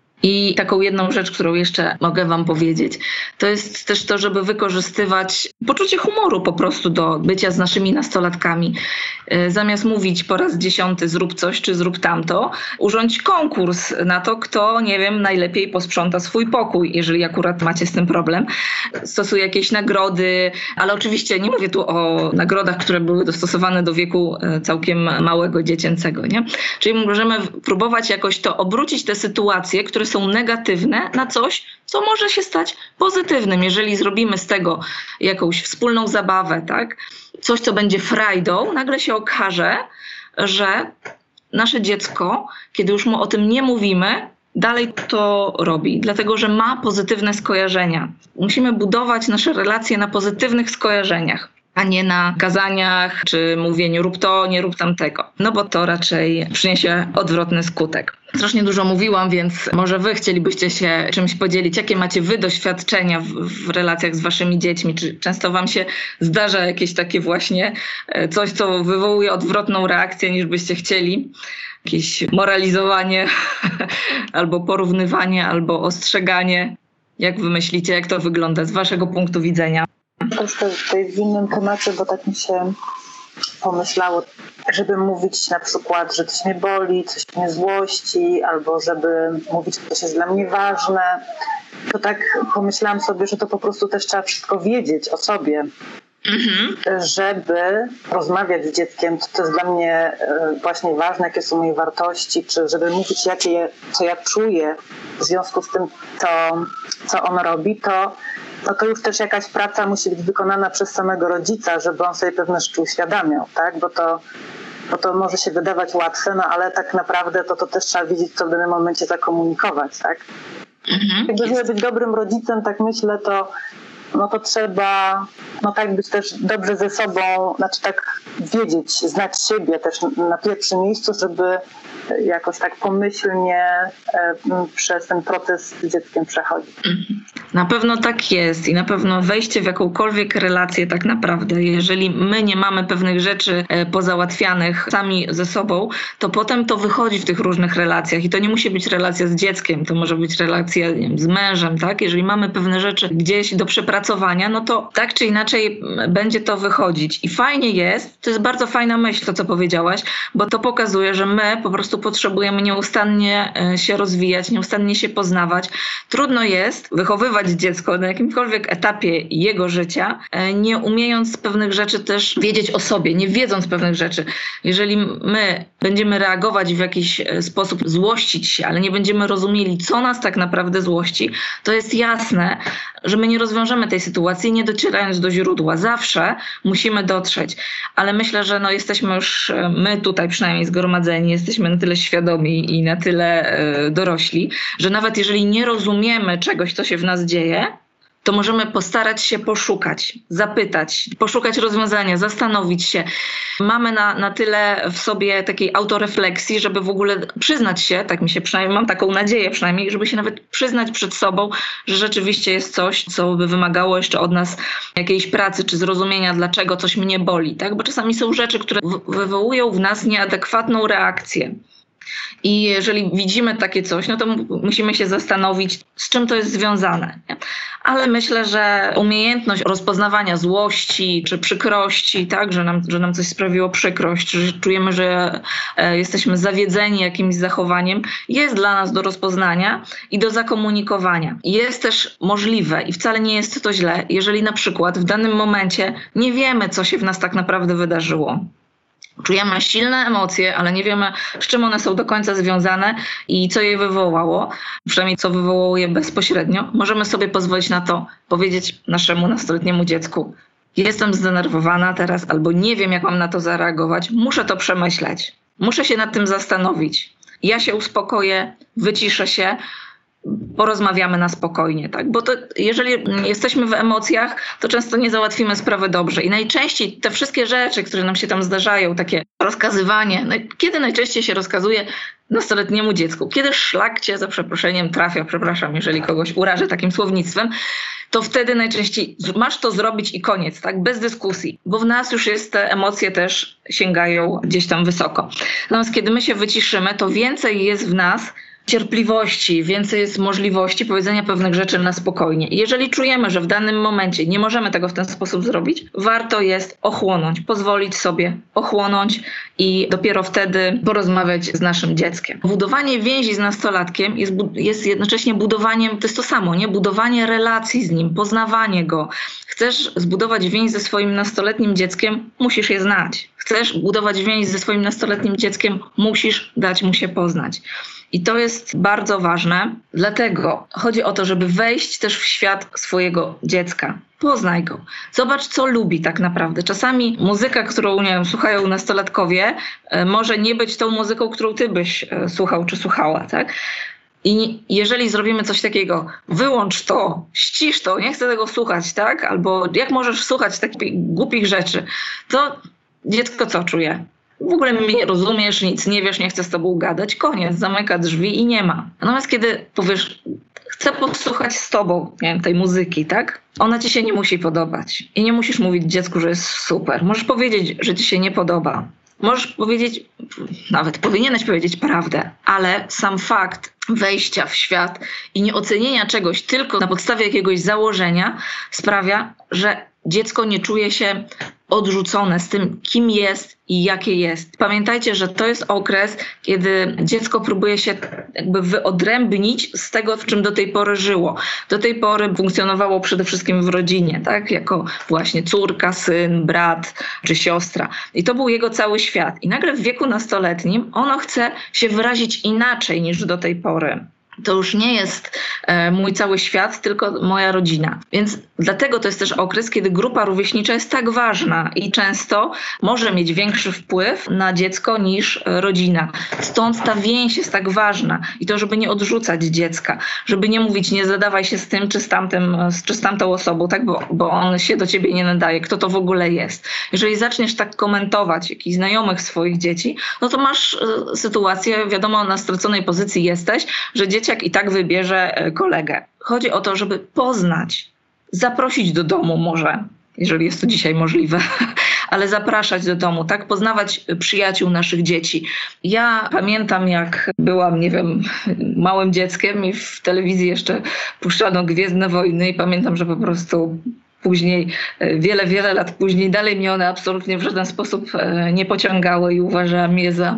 I taką jedną rzecz, którą jeszcze mogę wam powiedzieć, to jest też to, żeby wykorzystywać poczucie humoru po prostu do bycia z naszymi nastolatkami. Zamiast mówić po raz dziesiąty zrób coś czy zrób tamto, urządź konkurs na to, kto, nie wiem, najlepiej posprząta swój pokój, jeżeli akurat macie z tym problem. Stosuj jakieś nagrody, ale oczywiście nie mówię tu o nagrodach, które były dostosowane do wieku całkiem małego, dziecięcego, nie? Czyli możemy próbować jakoś to obrócić te sytuacje, które są negatywne, na coś, co może się stać pozytywnym. Jeżeli zrobimy z tego jakąś wspólną zabawę, tak? Coś, co będzie frajdą, nagle się okaże, że nasze dziecko, kiedy już mu o tym nie mówimy, dalej to robi, dlatego że ma pozytywne skojarzenia. Musimy budować nasze relacje na pozytywnych skojarzeniach, a nie na kazaniach czy mówieniu rób to, nie rób tamtego. No bo to raczej przyniesie odwrotny skutek. Strasznie dużo mówiłam, więc może wy chcielibyście się czymś podzielić. Jakie macie wy doświadczenia w, w relacjach z waszymi dziećmi? Czy często wam się zdarza jakieś takie właśnie coś, co wywołuje odwrotną reakcję niż byście chcieli? Jakieś moralizowanie albo porównywanie, albo ostrzeganie. Jak wy myślicie, jak to wygląda z waszego punktu widzenia? Troszkę tutaj w innym temacie, bo tak mi się pomyślało, żeby mówić na przykład, że coś mnie boli, coś mnie złości, albo żeby mówić, że coś jest dla mnie ważne, to tak pomyślałam sobie, że to po prostu też trzeba wszystko wiedzieć o sobie. Mhm. Żeby rozmawiać z dzieckiem, co to jest dla mnie właśnie ważne, jakie są moje wartości, czy żeby mówić, jakie, co ja czuję w związku z tym, co, co on robi, to, no to już też jakaś praca musi być wykonana przez samego rodzica, żeby on sobie pewne rzeczy uświadamiał, tak? Bo to, bo to może się wydawać łatwe, no ale tak naprawdę to, to też trzeba wiedzieć, co w danym momencie zakomunikować, tak? Mhm. Jakby, żeby być dobrym rodzicem, tak myślę, to no to trzeba no tak być też dobrze ze sobą, znaczy tak wiedzieć, znać siebie też na pierwszym miejscu, żeby jakoś tak pomyślnie e, przez ten proces z dzieckiem przechodzić. Na pewno tak jest i na pewno wejście w jakąkolwiek relację tak naprawdę, jeżeli my nie mamy pewnych rzeczy e, pozałatwianych sami ze sobą, to potem to wychodzi w tych różnych relacjach i to nie musi być relacja z dzieckiem, to może być relacja, nie wiem, z mężem, tak? Jeżeli mamy pewne rzeczy gdzieś do przepracowania, no to tak czy inaczej będzie to wychodzić. I fajnie jest, to jest bardzo fajna myśl to, co powiedziałaś, bo to pokazuje, że my po prostu potrzebujemy nieustannie się rozwijać, nieustannie się poznawać. Trudno jest wychowywać dziecko na jakimkolwiek etapie jego życia, nie umiejąc pewnych rzeczy też wiedzieć o sobie, nie wiedząc pewnych rzeczy. Jeżeli my będziemy reagować w jakiś sposób, złościć się, ale nie będziemy rozumieli, co nas tak naprawdę złości, to jest jasne, że my nie rozwiążemy tej sytuacji, nie docierając do źródła. Zawsze musimy dotrzeć. Ale myślę, że no jesteśmy już, my tutaj przynajmniej zgromadzeni, jesteśmy na tyle świadomi i na tyle y, dorośli, że nawet jeżeli nie rozumiemy czegoś, co się w nas dzieje, to możemy postarać się poszukać, zapytać, poszukać rozwiązania, zastanowić się. Mamy na, na tyle w sobie takiej autorefleksji, żeby w ogóle przyznać się, tak mi się przynajmniej, mam taką nadzieję przynajmniej, żeby się nawet przyznać przed sobą, że rzeczywiście jest coś, co by wymagało jeszcze od nas jakiejś pracy czy zrozumienia, dlaczego coś mnie boli, tak? Bo czasami są rzeczy, które w- wywołują w nas nieadekwatną reakcję. I jeżeli widzimy takie coś, no to musimy się zastanowić, z czym to jest związane. Nie? Ale myślę, że umiejętność rozpoznawania złości czy przykrości, tak, że nam, że nam coś sprawiło przykrość, że czujemy, że e, jesteśmy zawiedzeni jakimś zachowaniem, jest dla nas do rozpoznania i do zakomunikowania. Jest też możliwe i wcale nie jest to źle, jeżeli na przykład w danym momencie nie wiemy, co się w nas tak naprawdę wydarzyło. Czujemy silne emocje, ale nie wiemy, z czym one są do końca związane i co je wywołało, przynajmniej co wywołało je bezpośrednio. Możemy sobie pozwolić na to powiedzieć naszemu nastoletniemu dziecku: jestem zdenerwowana teraz albo nie wiem, jak mam na to zareagować, muszę to przemyśleć, muszę się nad tym zastanowić. Ja się uspokoję, wyciszę się, porozmawiamy na spokojnie, tak? Bo to, jeżeli jesteśmy w emocjach, to często nie załatwimy sprawy dobrze. I najczęściej te wszystkie rzeczy, które nam się tam zdarzają, takie rozkazywanie, no, kiedy najczęściej się rozkazuje nastoletniemu dziecku? Kiedy szlak cię, za przeproszeniem, trafia, przepraszam, jeżeli kogoś urażę takim słownictwem, to wtedy najczęściej masz to zrobić i koniec, tak? Bez dyskusji. Bo w nas już jest, te emocje też sięgają gdzieś tam wysoko. Natomiast kiedy my się wyciszymy, to więcej jest w nas cierpliwości, więcej jest możliwości powiedzenia pewnych rzeczy na spokojnie. I jeżeli czujemy, że w danym momencie nie możemy tego w ten sposób zrobić, warto jest ochłonąć, pozwolić sobie ochłonąć i dopiero wtedy porozmawiać z naszym dzieckiem. Budowanie więzi z nastolatkiem jest, jest jednocześnie budowaniem, to jest to samo, nie? Budowanie relacji z nim, poznawanie go. Chcesz zbudować więź ze swoim nastoletnim dzieckiem, musisz je znać. Chcesz budować więź ze swoim nastoletnim dzieckiem, musisz dać mu się poznać. I to jest bardzo ważne, dlatego chodzi o to, żeby wejść też w świat swojego dziecka. Poznaj go. Zobacz, co lubi tak naprawdę. Czasami muzyka, którą, nie wiem, słuchają nastolatkowie, może nie być tą muzyką, którą ty byś słuchał czy słuchała, tak? I jeżeli zrobimy coś takiego, wyłącz to, ścisz to, nie chcę tego słuchać, tak? Albo jak możesz słuchać takich głupich rzeczy, to dziecko co czuje? W ogóle mnie nie rozumiesz, nic nie wiesz, nie chcę z tobą gadać, koniec, zamyka drzwi i nie ma. Natomiast kiedy powiesz, chcę posłuchać z tobą, nie wiem, tej muzyki, tak? Ona ci się nie musi podobać. I nie musisz mówić dziecku, że jest super. Możesz powiedzieć, że ci się nie podoba. Możesz powiedzieć, nawet powinieneś powiedzieć prawdę, ale sam fakt wejścia w świat i nieocenienia czegoś tylko na podstawie jakiegoś założenia sprawia, że dziecko nie czuje się odrzucone z tym, kim jest i jakie jest. Pamiętajcie, że to jest okres, kiedy dziecko próbuje się jakby wyodrębnić z tego, w czym do tej pory żyło. Do tej pory funkcjonowało przede wszystkim w rodzinie, tak? Jako właśnie córka, syn, brat czy siostra. I to był jego cały świat. I nagle w wieku nastoletnim ono chce się wyrazić inaczej niż do tej pory. To już nie jest e, mój cały świat, tylko moja rodzina. Więc dlatego to jest też okres, kiedy grupa rówieśnicza jest tak ważna i często może mieć większy wpływ na dziecko niż rodzina. Stąd ta więź jest tak ważna i to, żeby nie odrzucać dziecka, żeby nie mówić, nie zadawaj się z tym czy z tamtym, czy z tamtą osobą, tak? bo, bo on się do ciebie nie nadaje, kto to w ogóle jest. Jeżeli zaczniesz tak komentować jakichś znajomych swoich dzieci, no to masz e, sytuację, wiadomo, na straconej pozycji jesteś, że dzieciak i tak wybierze kolegę. Chodzi o to, żeby poznać, zaprosić do domu może, jeżeli jest to dzisiaj możliwe, ale zapraszać do domu, tak? Poznawać przyjaciół naszych dzieci. Ja pamiętam, jak byłam, nie wiem, małym dzieckiem i w telewizji jeszcze puszczano Gwiezdne Wojny i pamiętam, że po prostu później, wiele, wiele lat później dalej mnie one absolutnie w żaden sposób nie pociągały i uważałam je za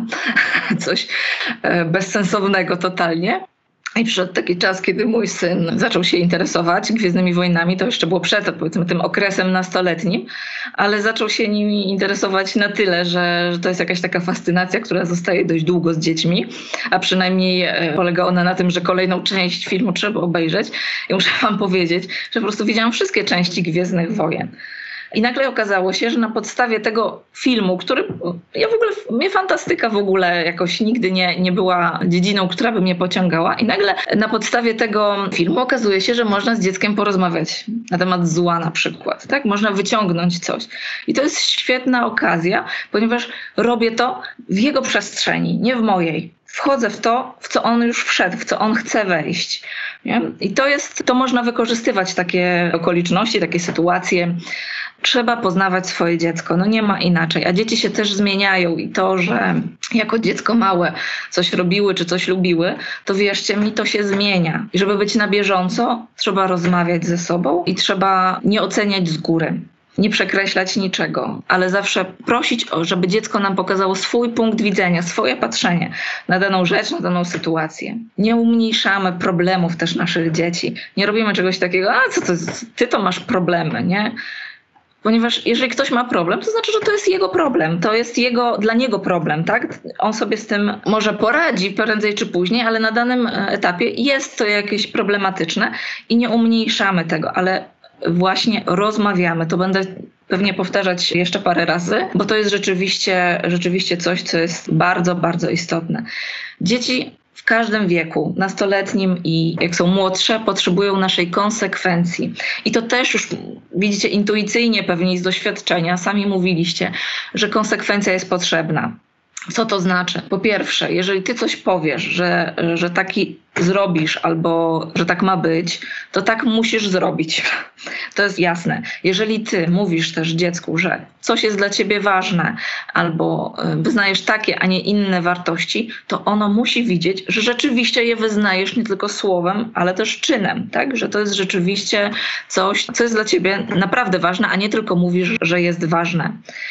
coś bezsensownego totalnie. I przyszedł taki czas, kiedy mój syn zaczął się interesować Gwiezdnymi Wojnami. To jeszcze było przed, powiedzmy, tym okresem nastoletnim, ale zaczął się nimi interesować na tyle, że, że to jest jakaś taka fascynacja, która zostaje dość długo z dziećmi, a przynajmniej polega ona na tym, że kolejną część filmu trzeba obejrzeć. I muszę wam powiedzieć, że po prostu widziałam wszystkie części Gwiezdnych Wojen. I nagle okazało się, że na podstawie tego filmu, który ja w ogóle, mnie fantastyka w ogóle jakoś nigdy nie, nie była dziedziną, która by mnie pociągała. I nagle na podstawie tego filmu okazuje się, że można z dzieckiem porozmawiać na temat zła na przykład. Tak? Można wyciągnąć coś. I to jest świetna okazja, ponieważ robię to w jego przestrzeni, nie w mojej. Wchodzę w to, w co on już wszedł, w co on chce wejść. Nie? I to jest, to można wykorzystywać takie okoliczności, takie sytuacje. Trzeba poznawać swoje dziecko, no nie ma inaczej. A dzieci się też zmieniają i to, że jako dziecko małe coś robiły czy coś lubiły, to wierzcie mi, to się zmienia. I żeby być na bieżąco, trzeba rozmawiać ze sobą i trzeba nie oceniać z góry. Nie przekreślać niczego, ale zawsze prosić, żeby dziecko nam pokazało swój punkt widzenia, swoje patrzenie na daną rzecz, na daną sytuację. Nie umniejszamy problemów też naszych dzieci. Nie robimy czegoś takiego, a co to, ty to masz problemy, nie? Ponieważ jeżeli ktoś ma problem, to znaczy, że to jest jego problem. To jest jego, dla niego problem, tak? On sobie z tym może poradzi prędzej czy później, ale na danym etapie jest to jakieś problematyczne i nie umniejszamy tego, ale właśnie rozmawiamy. To będę pewnie powtarzać jeszcze parę razy, bo to jest rzeczywiście, rzeczywiście coś, co jest bardzo, bardzo istotne. Dzieci w każdym wieku, nastoletnim i jak są młodsze, potrzebują naszej konsekwencji. I to też już widzicie intuicyjnie pewnie z doświadczenia, sami mówiliście, że konsekwencja jest potrzebna. Co to znaczy? Po pierwsze, jeżeli ty coś powiesz, że, że taki zrobisz albo że tak ma być, to tak musisz zrobić. To jest jasne. Jeżeli ty mówisz też dziecku, że coś jest dla ciebie ważne albo wyznajesz takie, a nie inne wartości, to ono musi widzieć, że rzeczywiście je wyznajesz nie tylko słowem, ale też czynem. Tak? Że to jest rzeczywiście coś, co jest dla ciebie naprawdę ważne, a nie tylko mówisz, że jest ważne.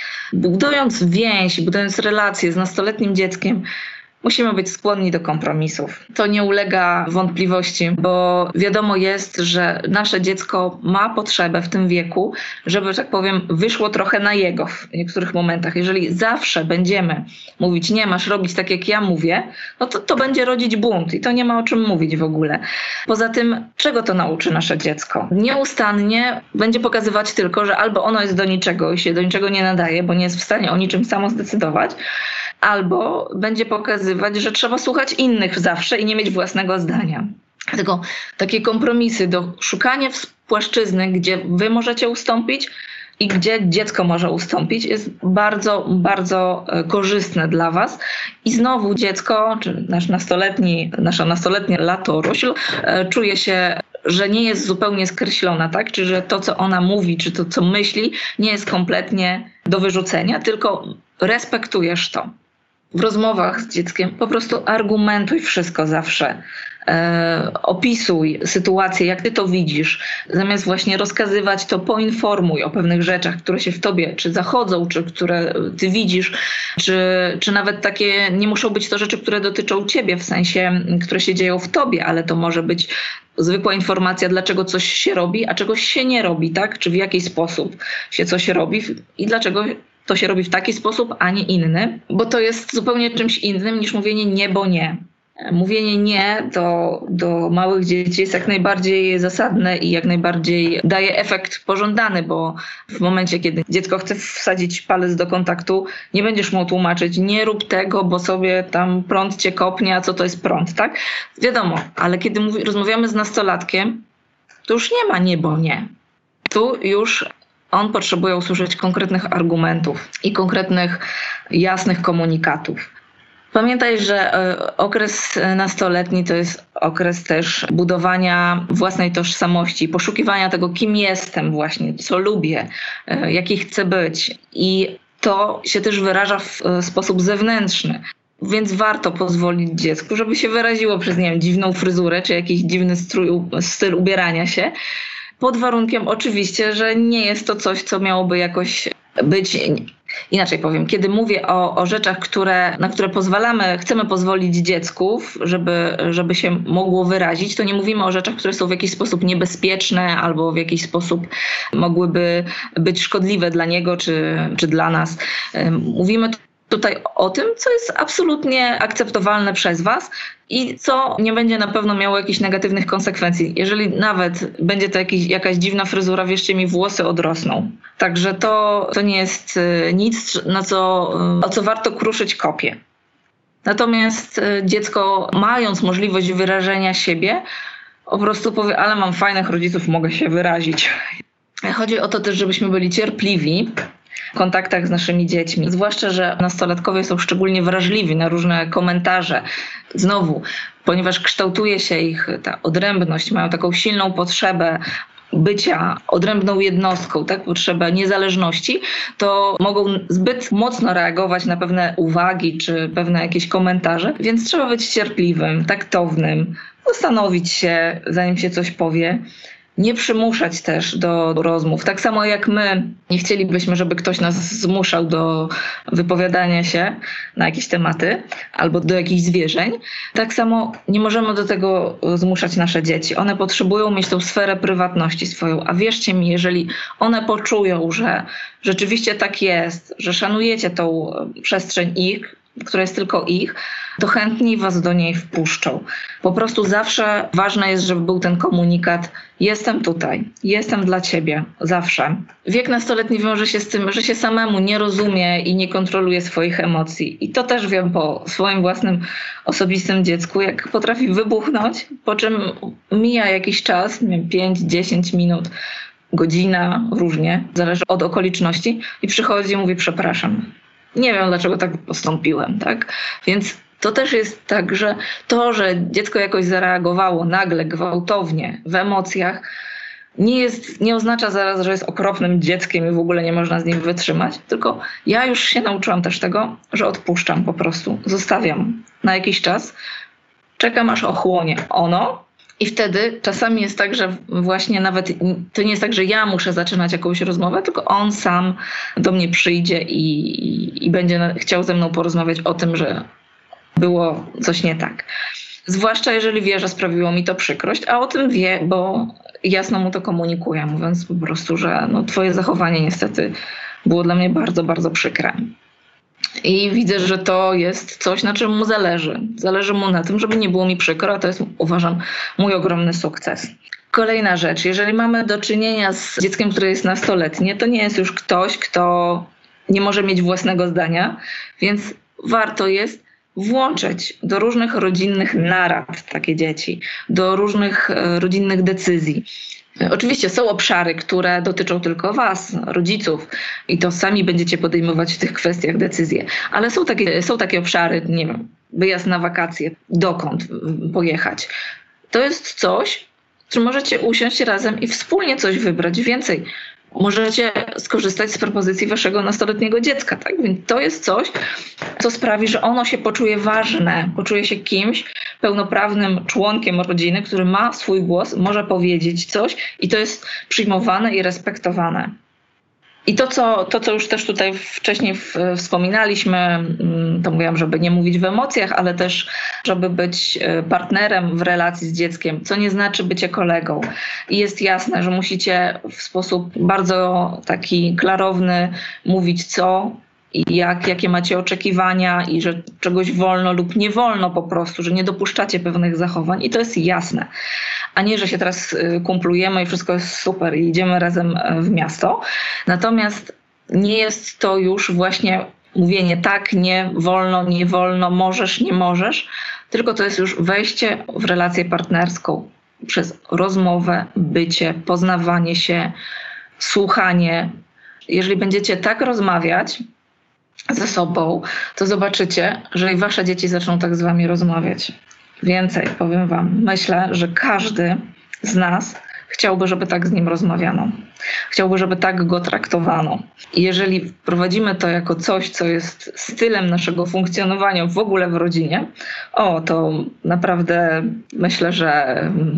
Budując więź, budując relacje z nastoletnim dzieckiem, musimy być skłonni do kompromisów. To nie ulega wątpliwości, bo wiadomo jest, że nasze dziecko ma potrzebę w tym wieku, żeby, tak powiem, wyszło trochę na jego w niektórych momentach. Jeżeli zawsze będziemy mówić, nie masz robić tak, jak ja mówię, no to to będzie rodzić bunt i to nie ma o czym mówić w ogóle. Poza tym, czego to nauczy nasze dziecko? Nieustannie będzie pokazywać tylko, że albo ono jest do niczego i się do niczego nie nadaje, bo nie jest w stanie o niczym samo zdecydować, albo będzie pokazywać, że trzeba słuchać innych zawsze i nie mieć własnego zdania. Dlatego takie kompromisy do szukania płaszczyzny, gdzie wy możecie ustąpić i gdzie dziecko może ustąpić, jest bardzo, bardzo korzystne dla was. I znowu dziecko, czy nasz nastoletni, nasza nastoletnia latorośl czuje się, że nie jest zupełnie skreślona, tak? Czy że to, co ona mówi, czy to, co myśli, nie jest kompletnie do wyrzucenia, tylko respektujesz to. W rozmowach z dzieckiem po prostu argumentuj wszystko zawsze. e, opisuj sytuację, jak ty to widzisz. Zamiast właśnie rozkazywać, to poinformuj o pewnych rzeczach, które się w tobie czy zachodzą, czy które ty widzisz, czy, czy nawet takie, nie muszą być to rzeczy, które dotyczą ciebie, w sensie, które się dzieją w tobie, ale to może być zwykła informacja, dlaczego coś się robi, a czegoś się nie robi, tak? Czy w jaki sposób się coś robi i dlaczego to się robi w taki sposób, a nie inny, bo to jest zupełnie czymś innym niż mówienie nie, bo nie. Mówienie nie do, do małych dzieci jest jak najbardziej zasadne i jak najbardziej daje efekt pożądany, bo w momencie, kiedy dziecko chce wsadzić palec do kontaktu, nie będziesz mu tłumaczyć, nie rób tego, bo sobie tam prąd cię kopnie, a co to jest prąd, tak? Wiadomo, ale kiedy mówi, rozmawiamy z nastolatkiem, to już nie ma nie, bo nie. Tu już on potrzebuje usłyszeć konkretnych argumentów i konkretnych, jasnych komunikatów. Pamiętaj, że okres nastoletni to jest okres też budowania własnej tożsamości, poszukiwania tego, kim jestem właśnie, co lubię, jaki chcę być. I to się też wyraża w sposób zewnętrzny. Więc warto pozwolić dziecku, żeby się wyraziło przez, nie wiem, dziwną fryzurę czy jakiś dziwny strój, styl ubierania się. Pod warunkiem oczywiście, że nie jest to coś, co miałoby jakoś być... Inaczej powiem, kiedy mówię o, o rzeczach, które, na które pozwalamy, chcemy pozwolić dziecku, żeby, żeby się mogło wyrazić, to nie mówimy o rzeczach, które są w jakiś sposób niebezpieczne albo w jakiś sposób mogłyby być szkodliwe dla niego czy, czy dla nas. Mówimy tutaj o tym, co jest absolutnie akceptowalne przez was i co nie będzie na pewno miało jakichś negatywnych konsekwencji. Jeżeli nawet będzie to jakiś, jakaś dziwna fryzura, wierzcie mi, włosy odrosną. Także to, to nie jest nic, na co, o co warto kruszyć kopię. Natomiast dziecko, mając możliwość wyrażenia siebie, po prostu powie, ale mam fajnych rodziców, mogę się wyrazić. Chodzi o to też, żebyśmy byli cierpliwi w kontaktach z naszymi dziećmi. Zwłaszcza, że nastolatkowie są szczególnie wrażliwi na różne komentarze. Znowu, ponieważ kształtuje się ich ta odrębność, mają taką silną potrzebę bycia odrębną jednostką, tak, potrzebę niezależności, to mogą zbyt mocno reagować na pewne uwagi czy pewne jakieś komentarze, więc trzeba być cierpliwym, taktownym, zastanowić się, zanim się coś powie. Nie przymuszać też do rozmów. Tak samo jak my nie chcielibyśmy, żeby ktoś nas zmuszał do wypowiadania się na jakieś tematy albo do jakichś zwierzeń, tak samo nie możemy do tego zmuszać nasze dzieci. One potrzebują mieć tą sferę prywatności swoją, a wierzcie mi, jeżeli one poczują, że rzeczywiście tak jest, że szanujecie tą przestrzeń ich, która jest tylko ich, to chętniej was do niej wpuszczą. Po prostu zawsze ważne jest, żeby był ten komunikat: jestem tutaj, jestem dla ciebie, zawsze. Wiek nastoletni wiąże się z tym, że się samemu nie rozumie i nie kontroluje swoich emocji. I to też wiem po swoim własnym osobistym dziecku, jak potrafi wybuchnąć, po czym mija jakiś czas, nie wiem, pięć dziesięć minut, godzina, różnie, zależy od okoliczności, i przychodzi i mówi: przepraszam. Nie wiem, dlaczego tak postąpiłem, tak? Więc to też jest tak, że to, że dziecko jakoś zareagowało nagle, gwałtownie, w emocjach, nie jest, nie oznacza zaraz, że jest okropnym dzieckiem i w ogóle nie można z nim wytrzymać, tylko ja już się nauczyłam też tego, że odpuszczam po prostu, zostawiam na jakiś czas, czekam aż ochłonie ono. I wtedy czasami jest tak, że właśnie nawet to nie jest tak, że ja muszę zaczynać jakąś rozmowę, tylko on sam do mnie przyjdzie i, i, i będzie chciał ze mną porozmawiać o tym, że było coś nie tak. Zwłaszcza jeżeli wie, że sprawiło mi to przykrość, a o tym wie, bo jasno mu to komunikuję, mówiąc po prostu, że no, twoje zachowanie niestety było dla mnie bardzo, bardzo przykre. I widzę, że to jest coś, na czym mu zależy. Zależy mu na tym, żeby nie było mi przykro, a to jest, uważam, mój ogromny sukces. Kolejna rzecz, jeżeli mamy do czynienia z dzieckiem, które jest nastoletnie, to nie jest już ktoś, kto nie może mieć własnego zdania, więc warto jest włączyć do różnych rodzinnych narad takie dzieci, do różnych rodzinnych decyzji. Oczywiście są obszary, które dotyczą tylko was, rodziców, i to sami będziecie podejmować w tych kwestiach decyzje, ale są takie, są takie obszary, nie wiem, wyjazd na wakacje, dokąd pojechać. To jest coś, czy możecie usiąść razem i wspólnie coś wybrać. Więcej, możecie skorzystać z propozycji waszego nastoletniego dziecka, tak? Więc to jest coś, co sprawi, że ono się poczuje ważne, poczuje się kimś pełnoprawnym członkiem rodziny, który ma swój głos, może powiedzieć coś i to jest przyjmowane i respektowane. I to co, to, co już też tutaj wcześniej wspominaliśmy, to mówiłam, żeby nie mówić w emocjach, ale też, żeby być partnerem w relacji z dzieckiem, co nie znaczy bycie kolegą. I jest jasne, że musicie w sposób bardzo taki klarowny mówić co i jak, jakie macie oczekiwania i że czegoś wolno lub nie wolno po prostu, że nie dopuszczacie pewnych zachowań i to jest jasne. A nie, że się teraz kumplujemy i wszystko jest super i idziemy razem w miasto. Natomiast nie jest to już właśnie mówienie tak, nie, wolno, nie wolno, możesz, nie możesz, tylko to jest już wejście w relację partnerską przez rozmowę, bycie, poznawanie się, słuchanie. Jeżeli będziecie tak rozmawiać ze sobą, to zobaczycie, że i wasze dzieci zaczną tak z wami rozmawiać. Więcej, powiem wam, myślę, że każdy z nas chciałby, żeby tak z nim rozmawiano. Chciałby, żeby tak go traktowano. I jeżeli wprowadzimy to jako coś, co jest stylem naszego funkcjonowania w ogóle w rodzinie, o, to naprawdę myślę, że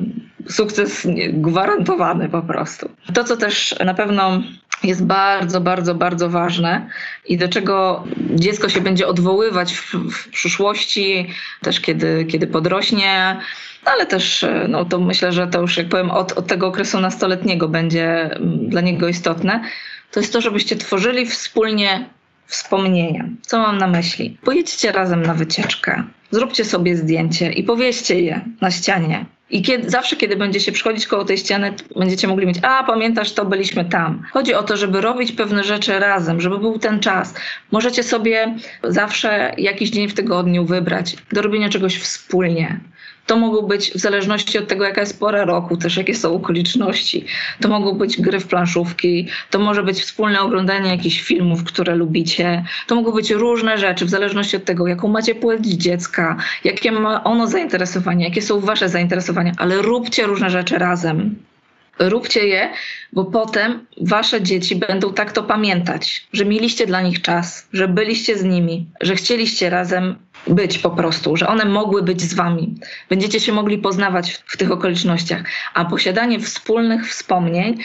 sukces gwarantowany po prostu. To, co też na pewno jest bardzo, bardzo, bardzo ważne i do czego dziecko się będzie odwoływać w, w przyszłości, też kiedy, kiedy podrośnie, ale też no to myślę, że to już jak powiem od, od tego okresu nastoletniego będzie dla niego istotne, to jest to, żebyście tworzyli wspólnie wspomnienia. Co mam na myśli? Pojedźcie razem na wycieczkę, zróbcie sobie zdjęcie i powieście je na ścianie. I kiedy, zawsze, kiedy będziecie przychodzić koło tej ściany, będziecie mogli mieć, a pamiętasz, to byliśmy tam. Chodzi o to, żeby robić pewne rzeczy razem, żeby był ten czas. Możecie sobie zawsze jakiś dzień w tygodniu wybrać do robienia czegoś wspólnie. To mogą być, w zależności od tego, jaka jest pora roku, też jakie są okoliczności. To mogą być gry w planszówki, to może być wspólne oglądanie jakichś filmów, które lubicie. To mogą być różne rzeczy, w zależności od tego, jaką macie płeć dziecka, jakie ma ono zainteresowania, jakie są wasze zainteresowania, ale róbcie różne rzeczy razem. Róbcie je, bo potem wasze dzieci będą tak to pamiętać, że mieliście dla nich czas, że byliście z nimi, że chcieliście razem być po prostu, że one mogły być z wami. Będziecie się mogli poznawać w, w tych okolicznościach. A posiadanie wspólnych wspomnień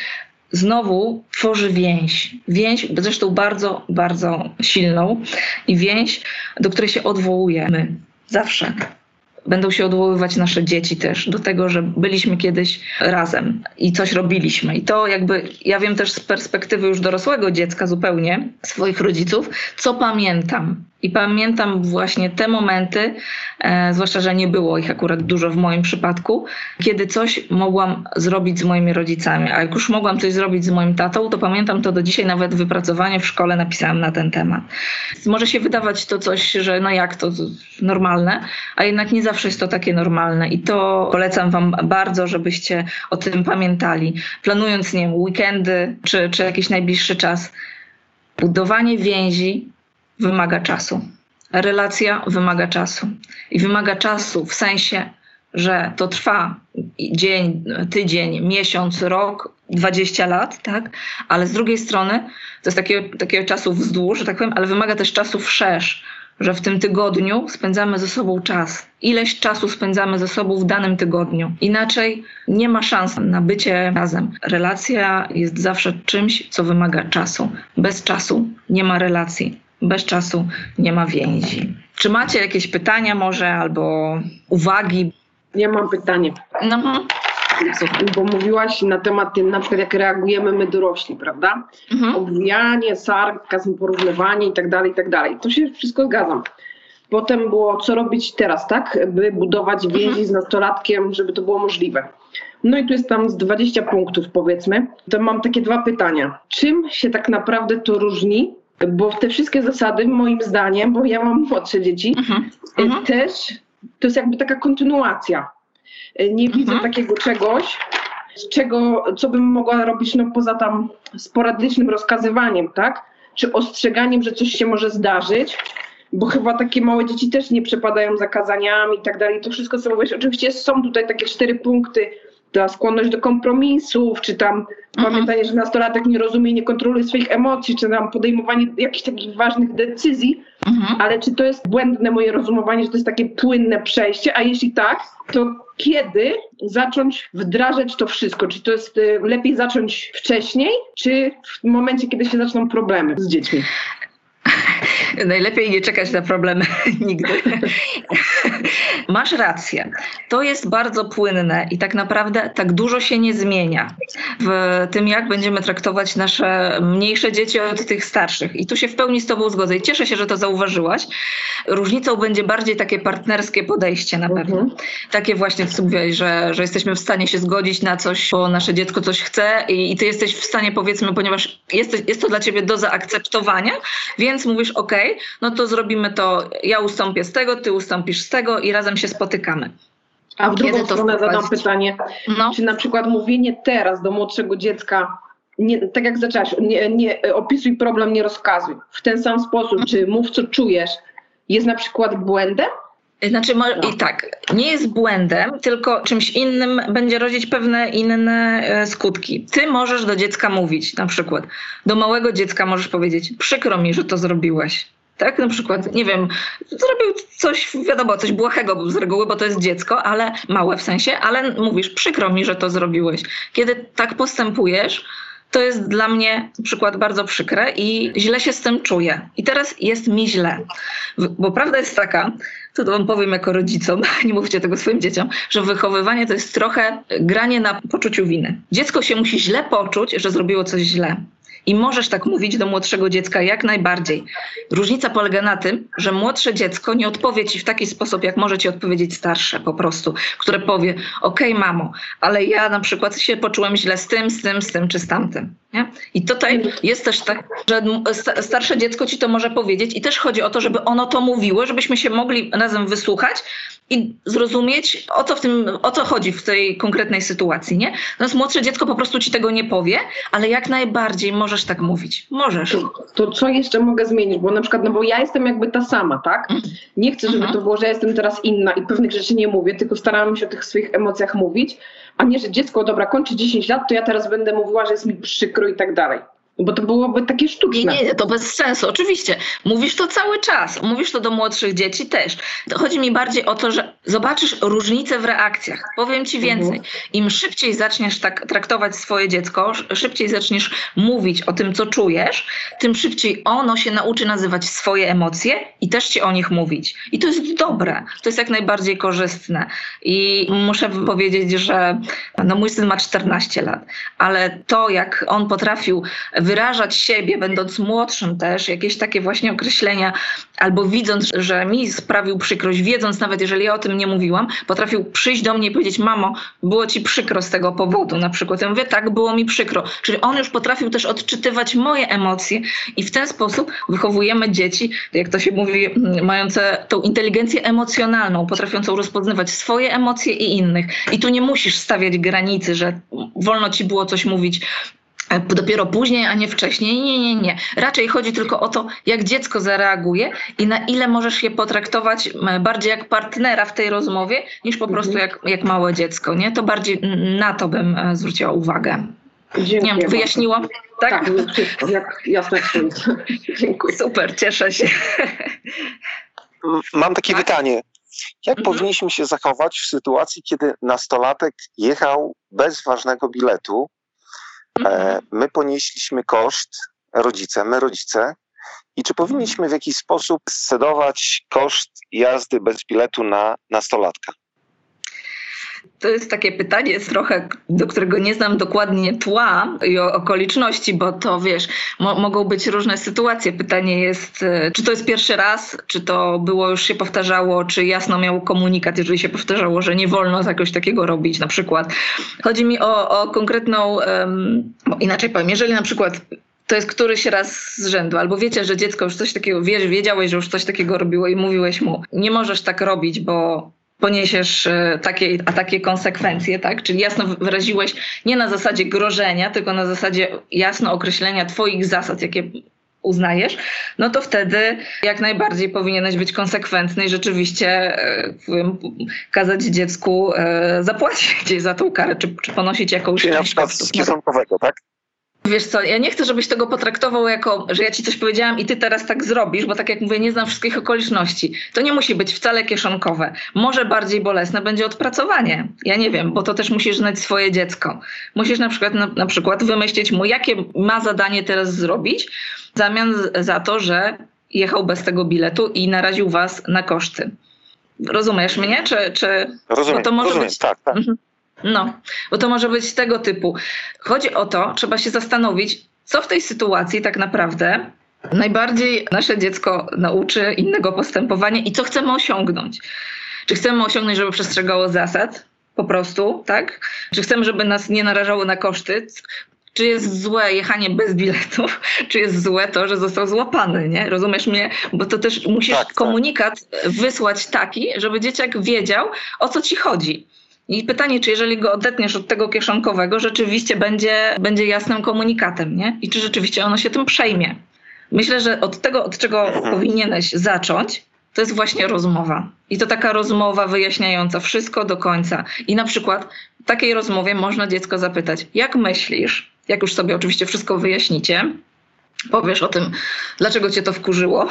znowu tworzy więź. Więź zresztą bardzo, bardzo silną i więź, do której się odwołujemy zawsze. Będą się odwoływać nasze dzieci też do tego, że byliśmy kiedyś razem i coś robiliśmy. I to jakby, ja wiem też z perspektywy już dorosłego dziecka zupełnie, swoich rodziców, co pamiętam. I pamiętam właśnie te momenty, e, zwłaszcza, że nie było ich akurat dużo w moim przypadku, kiedy coś mogłam zrobić z moimi rodzicami. A jak już mogłam coś zrobić z moim tatą, to pamiętam to do dzisiaj, nawet wypracowanie w szkole napisałam na ten temat. Może się wydawać to coś, że no jak to, to normalne, a jednak nie zawsze jest to takie normalne. I to polecam wam bardzo, żebyście o tym pamiętali. Planując, nie wiem, weekendy czy, czy jakiś najbliższy czas. Budowanie więzi wymaga czasu. Relacja wymaga czasu. I wymaga czasu w sensie, że to trwa dzień, tydzień, miesiąc, rok, dwadzieścia lat, tak? Ale z drugiej strony to jest takiego, takiego czasu wzdłuż, że tak powiem, ale wymaga też czasu wszerz, że w tym tygodniu spędzamy ze sobą czas. Ileś czasu spędzamy ze sobą w danym tygodniu. Inaczej nie ma szans na bycie razem. Relacja jest zawsze czymś, co wymaga czasu. Bez czasu nie ma relacji. Bez czasu nie ma więzi. Czy macie jakieś pytania może albo uwagi? Ja mam pytanie. No. Bo mówiłaś na temat tym, na przykład jak reagujemy my dorośli, prawda? Mhm. Obwijanie, sarkazm, porównywanie i tak dalej, i tak dalej. To się wszystko zgadzam. Potem było, co robić teraz, tak? By budować więzi mhm. z nastolatkiem, żeby to było możliwe. No i tu jest tam z dwadzieścia punktów, powiedzmy. To mam takie dwa pytania. Czym się tak naprawdę to różni? Bo te wszystkie zasady, moim zdaniem, bo ja mam młodsze dzieci, mhm. też to jest jakby taka kontynuacja. Nie mhm. widzę takiego czegoś, z czego, co bym mogła robić, no poza tam sporadycznym rozkazywaniem, tak? Czy ostrzeganiem, że coś się może zdarzyć, bo chyba takie małe dzieci też nie przepadają za kazaniami i tak dalej. To wszystko, co mówisz, oczywiście są tutaj takie cztery punkty ta skłonność do kompromisów, czy tam mhm. pamiętanie, że nastolatek nie rozumie, nie kontroluje swoich emocji, czy tam podejmowanie jakichś takich ważnych decyzji, mhm. ale czy to jest błędne moje rozumowanie, że to jest takie płynne przejście, a jeśli tak, to kiedy zacząć wdrażać to wszystko? Czy to jest y, lepiej zacząć wcześniej, czy w momencie, kiedy się zaczną problemy z dziećmi? Najlepiej nie czekać na problemy nigdy. Masz rację. To jest bardzo płynne i tak naprawdę tak dużo się nie zmienia w tym, jak będziemy traktować nasze mniejsze dzieci od tych starszych. I tu się w pełni z tobą zgodzę i cieszę się, że to zauważyłaś. Różnicą będzie bardziej takie partnerskie podejście na pewno. Mhm. Takie właśnie, co mówiłaś, że, że jesteśmy w stanie się zgodzić na coś, bo nasze dziecko coś chce i, i ty jesteś w stanie, powiedzmy, ponieważ jest, jest to dla ciebie do zaakceptowania, więc mówisz, ok, no to zrobimy to, ja ustąpię z tego, ty ustąpisz z tego i razem się spotykamy. A w drugą Kiedy stronę zadam pytanie, no. czy na przykład mówienie teraz do młodszego dziecka, nie, tak jak zaczęłaś, nie, nie, opisuj problem, nie rozkazuj, w ten sam sposób, czy mów co czujesz, jest na przykład błędem? Znaczy no. i tak, nie jest błędem, tylko czymś innym będzie rodzić pewne inne e, skutki. Ty możesz do dziecka mówić, na przykład do małego dziecka możesz powiedzieć, przykro mi, że to zrobiłeś. Tak, na przykład, nie wiem, zrobił coś, wiadomo, coś błahego z reguły, bo to jest dziecko, ale małe w sensie, ale mówisz, przykro mi, że to zrobiłeś. Kiedy tak postępujesz, to jest dla mnie na przykład bardzo przykre i źle się z tym czuję. I teraz jest mi źle. Bo prawda jest taka, to wam powiem jako rodzicom, nie mówcie tego swoim dzieciom, że wychowywanie to jest trochę granie na poczuciu winy. Dziecko się musi źle poczuć, że zrobiło coś źle. I możesz tak mówić do młodszego dziecka jak najbardziej. Różnica polega na tym, że młodsze dziecko nie odpowie ci w taki sposób, jak może ci odpowiedzieć starsze po prostu, które powie, okej, okay, mamo, ale ja na przykład się poczułem źle z tym, z tym, z tym czy z tamtym. Nie? I tutaj jest też tak, że starsze dziecko ci to może powiedzieć i też chodzi o to, żeby ono to mówiło, żebyśmy się mogli razem wysłuchać i zrozumieć, o co w tym, o co chodzi w tej konkretnej sytuacji, nie? Natomiast młodsze dziecko po prostu ci tego nie powie, ale jak najbardziej możesz tak mówić. Możesz. To, to co jeszcze mogę zmienić? Bo na przykład, no bo ja jestem jakby ta sama, tak? Nie chcę, żeby to było, że ja jestem teraz inna i pewnych rzeczy nie mówię, tylko starałam się o tych swoich emocjach mówić, a nie, że dziecko, dobra, kończy dziesięć lat, to ja teraz będę mówiła, że jest mi przykro i tak dalej. Bo to byłoby takie sztuczne. Nie, nie, to bez sensu. Oczywiście. Mówisz to cały czas. Mówisz to do młodszych dzieci też. To chodzi mi bardziej o to, że zobaczysz różnicę w reakcjach. Powiem ci więcej. Mhm. Im szybciej zaczniesz tak traktować swoje dziecko, szybciej zaczniesz mówić o tym, co czujesz, tym szybciej ono się nauczy nazywać swoje emocje i też ci o nich mówić. I to jest dobre. To jest jak najbardziej korzystne. I muszę powiedzieć, że no mój syn ma czternaście lat, ale to, jak on potrafił wyrażać siebie, będąc młodszym też, jakieś takie właśnie określenia, albo widząc, że mi sprawił przykrość, wiedząc nawet, jeżeli ja o tym nie mówiłam, potrafił przyjść do mnie i powiedzieć, mamo, było ci przykro z tego powodu, na przykład. Ja mówię, tak, było mi przykro. Czyli on już potrafił też odczytywać moje emocje i w ten sposób wychowujemy dzieci, jak to się mówi, mające tą inteligencję emocjonalną, potrafiącą rozpoznawać swoje emocje i innych. I tu nie musisz stawiać granicy, że wolno ci było coś mówić dopiero później, a nie wcześniej. Nie, nie, nie. Raczej chodzi tylko o to, jak dziecko zareaguje i na ile możesz je potraktować bardziej jak partnera w tej rozmowie, niż po prostu jak, jak małe dziecko. Nie? To bardziej na to bym zwróciła uwagę. Dziękuję. Nie wiem, wyjaśniłam? Tak, tak wszystko, jak jasne. Dziękuję. Super, cieszę się. Mam takie tak? pytanie. Jak mhm. powinniśmy się zachować w sytuacji, kiedy nastolatek jechał bez ważnego biletu? My ponieśliśmy koszt, rodzice, my rodzice, i czy powinniśmy w jakiś sposób scedować koszt jazdy bez biletu na nastolatka? To jest takie pytanie trochę, do którego nie znam dokładnie tła i okoliczności, bo to wiesz, mo- mogą być różne sytuacje. Pytanie jest, czy to jest pierwszy raz, czy to było już się powtarzało, czy jasno miał komunikat, jeżeli się powtarzało, że nie wolno czegoś takiego robić na przykład. Chodzi mi o, o konkretną, um, inaczej powiem, jeżeli na przykład to jest któryś raz z rzędu, albo wiecie, że dziecko już coś takiego, wiesz, wiedziałeś, że już coś takiego robiło i mówiłeś mu, nie możesz tak robić, bo poniesiesz takie, a takie konsekwencje, tak? Czyli jasno wyraziłeś nie na zasadzie grożenia, tylko na zasadzie jasno określenia twoich zasad, jakie uznajesz, no to wtedy jak najbardziej powinieneś być konsekwentny i rzeczywiście e, kazać dziecku e, zapłacić gdzieś za tą karę, czy, czy ponosić jakąś Czyli na część przykład kosztów. z kieszonkowego, tak? Wiesz co, ja nie chcę, żebyś tego potraktował jako, że ja ci coś powiedziałam i ty teraz tak zrobisz, bo tak jak mówię, nie znam wszystkich okoliczności. To nie musi być wcale kieszonkowe. Może bardziej bolesne będzie odpracowanie. Ja nie wiem, bo to też musisz znać swoje dziecko. Musisz na przykład, na, na przykład wymyślić mu, jakie ma zadanie teraz zrobić w zamian za to, że jechał bez tego biletu i naraził was na koszty. Rozumiesz mnie? Czy, czy... Rozumiem, to może rozumiem, być... tak, tak. No, bo to może być tego typu. Chodzi o to, trzeba się zastanowić, co w tej sytuacji tak naprawdę najbardziej nasze dziecko nauczy innego postępowania i co chcemy osiągnąć. Czy chcemy osiągnąć, żeby przestrzegało zasad po prostu, tak? Czy chcemy, żeby nas nie narażało na koszty? Czy jest złe jechanie bez biletów, czy jest złe to, że został złapany, nie? Rozumiesz mnie? Bo to też musisz tak, komunikat tak. wysłać taki, żeby dzieciak wiedział, o co ci chodzi. I pytanie, czy jeżeli go odetniesz od tego kieszonkowego, rzeczywiście będzie, będzie jasnym komunikatem, nie? I czy rzeczywiście ono się tym przejmie. Myślę, że od tego, od czego powinieneś zacząć, to jest właśnie rozmowa. I to taka rozmowa wyjaśniająca wszystko do końca. I na przykład w takiej rozmowie można dziecko zapytać, jak myślisz, jak już sobie oczywiście wszystko wyjaśnicie, powiesz o tym, dlaczego cię to wkurzyło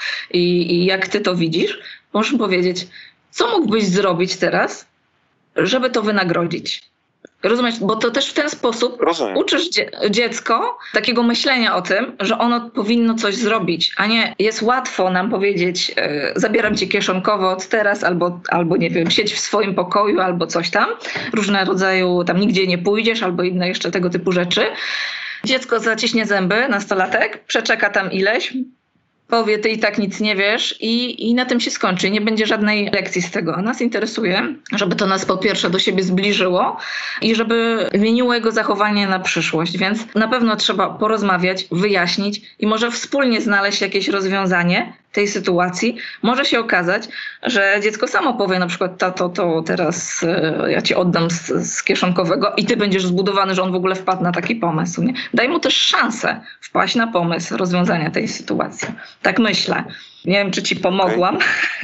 i, i jak ty to widzisz, możesz powiedzieć, co mógłbyś zrobić teraz, żeby to wynagrodzić. Rozumiesz? Bo to też w ten sposób Rozumiem. uczysz dzie- dziecko takiego myślenia o tym, że ono powinno coś zrobić, a nie jest łatwo nam powiedzieć e, zabieram cię kieszonkowo od teraz, albo, albo nie wiem, siedź w swoim pokoju, albo coś tam. Różne rodzaju, tam nigdzie nie pójdziesz, albo inne jeszcze tego typu rzeczy. Dziecko zaciśnie zęby, nastolatek, przeczeka tam ileś, powie, ty i tak nic nie wiesz i, i na tym się skończy. Nie będzie żadnej lekcji z tego. A nas interesuje, żeby to nas po pierwsze do siebie zbliżyło i żeby zmieniło jego zachowanie na przyszłość. Więc na pewno trzeba porozmawiać, wyjaśnić i może wspólnie znaleźć jakieś rozwiązanie tej sytuacji. Może się okazać, że dziecko samo powie na przykład, tato, to teraz y, ja ci oddam z, z kieszonkowego i ty będziesz zbudowany, że on w ogóle wpadł na taki pomysł. Nie? Daj mu też szansę wpaść na pomysł rozwiązania tej sytuacji. Tak myślę. Nie wiem, czy ci pomogłam.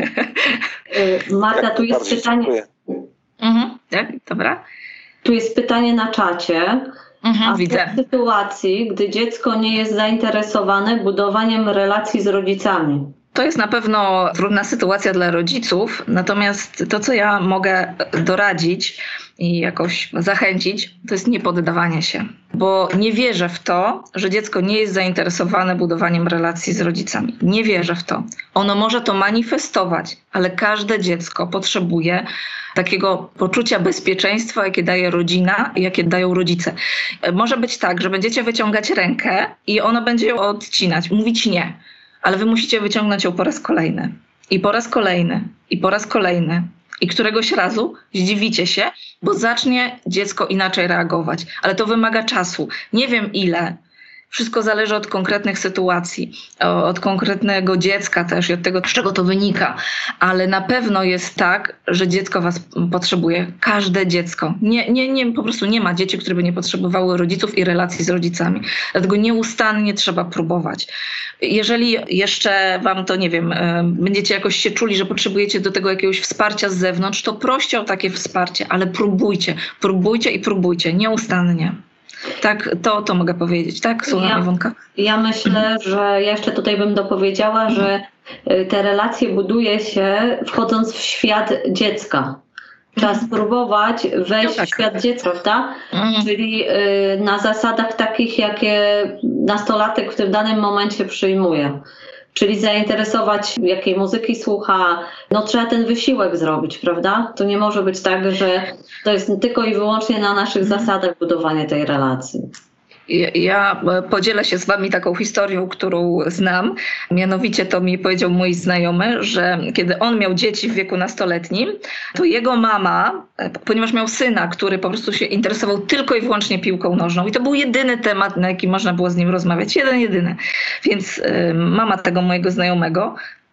Okay. Marta, tu jest pytanie. Mhm, tak, dobra. Tu jest pytanie na czacie. Mhm, A w widzę. tej sytuacji, gdy dziecko nie jest zainteresowane budowaniem relacji z rodzicami? To jest na pewno trudna sytuacja dla rodziców, natomiast to, co ja mogę doradzić i jakoś zachęcić, to jest niepoddawanie się. Bo nie wierzę w to, że dziecko nie jest zainteresowane budowaniem relacji z rodzicami. Nie wierzę w to. Ono może to manifestować, ale każde dziecko potrzebuje takiego poczucia bezpieczeństwa, jakie daje rodzina i jakie dają rodzice. Może być tak, że będziecie wyciągać rękę i ono będzie ją odcinać, mówić nie. Ale wy musicie wyciągnąć ją po raz kolejny. I po raz kolejny. I po raz kolejny. I któregoś razu zdziwicie się, bo zacznie dziecko inaczej reagować. Ale to wymaga czasu. Nie wiem ile. Wszystko zależy od konkretnych sytuacji, od konkretnego dziecka też i od tego, z czego to wynika. Ale na pewno jest tak, że dziecko was potrzebuje. Każde dziecko. Nie, nie, nie, po prostu nie ma dzieci, które by nie potrzebowały rodziców i relacji z rodzicami. Dlatego nieustannie trzeba próbować. Jeżeli jeszcze wam to, nie wiem, będziecie jakoś się czuli, że potrzebujecie do tego jakiegoś wsparcia z zewnątrz, to proście o takie wsparcie, ale próbujcie. Próbujcie i próbujcie. Nieustannie. Tak, to, to mogę powiedzieć. Tak, słucham, ja, Iwonka? Ja myślę, że ja jeszcze tutaj bym dopowiedziała, że te relacje buduje się wchodząc w świat dziecka. Trzeba spróbować wejść no tak. w świat dziecka, prawda? Mhm. Czyli na zasadach takich, jakie nastolatek w tym danym momencie przyjmuje. Czyli zainteresować, jakiej muzyki słucha. No trzeba ten wysiłek zrobić, prawda? To nie może być tak, że to jest tylko i wyłącznie na naszych zasadach budowanie tej relacji. Ja, ja podzielę się z wami taką historią, którą znam. Mianowicie to mi powiedział mój znajomy, że kiedy on miał dzieci w wieku nastoletnim, to jego mama, ponieważ miał syna, który po prostu się interesował tylko i wyłącznie piłką nożną i to był jedyny temat, na jaki można było z nim rozmawiać. Jeden, jedyny. Więc y, mama tego mojego znajomego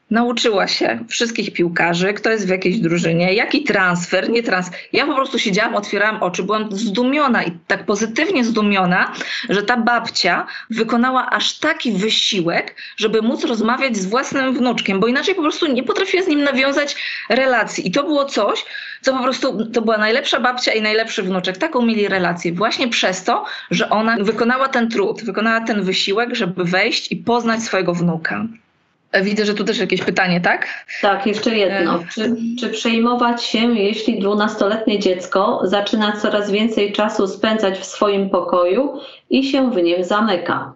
nauczyła się wszystkich piłkarzy, kto jest w jakiejś drużynie, jaki transfer, nie transfer. Ja po prostu siedziałam, otwierałam oczy, byłam zdumiona i tak pozytywnie zdumiona, że ta babcia wykonała aż taki wysiłek, żeby móc rozmawiać z własnym wnuczkiem, bo inaczej po prostu nie potrafiła z nim nawiązać relacji. I to było coś, co po prostu, to była najlepsza babcia i najlepszy wnuczek. Taką mieli relację właśnie przez to, że ona wykonała ten trud, wykonała ten wysiłek, żeby wejść i poznać swojego wnuka. Widzę, że tu też jakieś pytanie, tak? Tak, jeszcze jedno. Czy, czy przejmować się, jeśli dwunastoletnie dziecko zaczyna coraz więcej czasu spędzać w swoim pokoju i się w nim zamyka?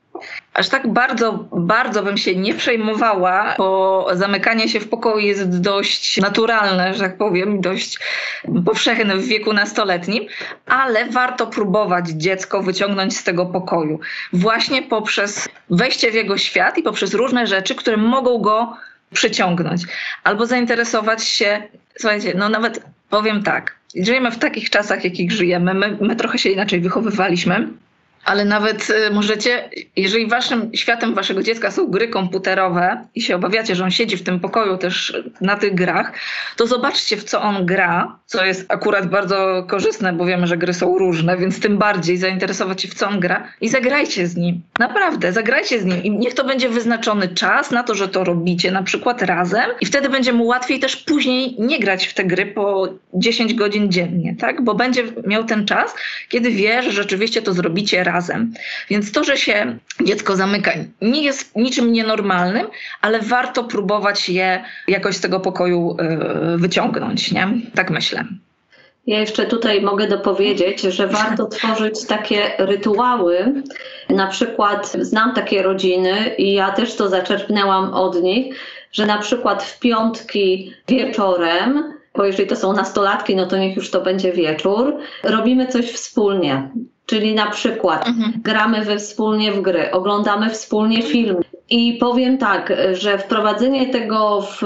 Aż tak bardzo, bardzo bym się nie przejmowała, bo zamykanie się w pokoju jest dość naturalne, że tak powiem, dość powszechne w wieku nastoletnim, ale warto próbować dziecko wyciągnąć z tego pokoju. Właśnie poprzez wejście w jego świat i poprzez różne rzeczy, które mogą go przyciągnąć. Albo zainteresować się, słuchajcie, no nawet powiem tak, żyjemy w takich czasach, jakich żyjemy, my, my trochę się inaczej wychowywaliśmy. Ale nawet możecie, jeżeli waszym światem waszego dziecka są gry komputerowe i się obawiacie, że on siedzi w tym pokoju też na tych grach, to zobaczcie, w co on gra, co jest akurat bardzo korzystne, bo wiemy, że gry są różne, więc tym bardziej zainteresować się, w co on gra i zagrajcie z nim. Naprawdę, zagrajcie z nim i niech to będzie wyznaczony czas na to, że to robicie na przykład razem i wtedy będzie mu łatwiej też później nie grać w te gry po dziesięć godzin dziennie, tak? Bo będzie miał ten czas, kiedy wie, że rzeczywiście to zrobicie razem. Razem. Więc to, że się dziecko zamyka, nie jest niczym nienormalnym, ale warto próbować je jakoś z tego pokoju y, wyciągnąć, nie? Tak myślę. Ja jeszcze tutaj mogę dopowiedzieć, że warto tworzyć takie rytuały. Na przykład znam takie rodziny i ja też to zaczerpnęłam od nich, że na przykład w piątki wieczorem, bo jeżeli to są nastolatki, no to niech już to będzie wieczór, robimy coś wspólnie. Czyli na przykład mhm. gramy we wspólnie w gry, oglądamy wspólnie film. I powiem tak, że wprowadzenie tego w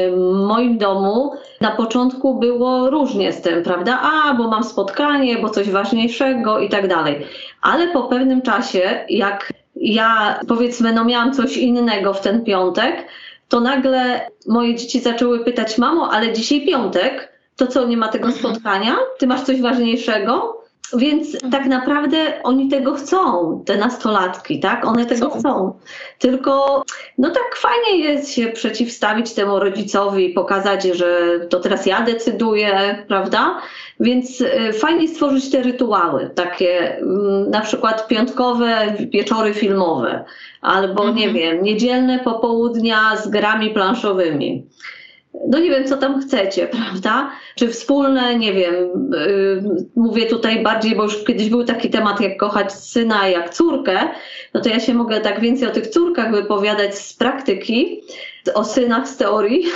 moim domu na początku było różnie z tym, prawda? A, bo mam spotkanie, bo coś ważniejszego i tak dalej. Ale po pewnym czasie, jak ja powiedzmy, no miałam coś innego w ten piątek, to nagle moje dzieci zaczęły pytać: mamo, ale dzisiaj piątek, to co, nie ma tego spotkania? Ty masz coś ważniejszego? Więc tak naprawdę oni tego chcą, te nastolatki, tak? One tego chcą. chcą. Tylko no tak fajnie jest się przeciwstawić temu rodzicowi, pokazać, że to teraz ja decyduję, prawda? Więc y, fajnie stworzyć te rytuały, takie y, na przykład piątkowe wieczory filmowe, albo mhm. nie wiem, niedzielne popołudnia z grami planszowymi. No nie wiem, co tam chcecie, prawda? Czy wspólne, nie wiem, yy, mówię tutaj bardziej, bo już kiedyś był taki temat, jak kochać syna, jak córkę, no to ja się mogę tak więcej o tych córkach wypowiadać z praktyki, o synach z teorii.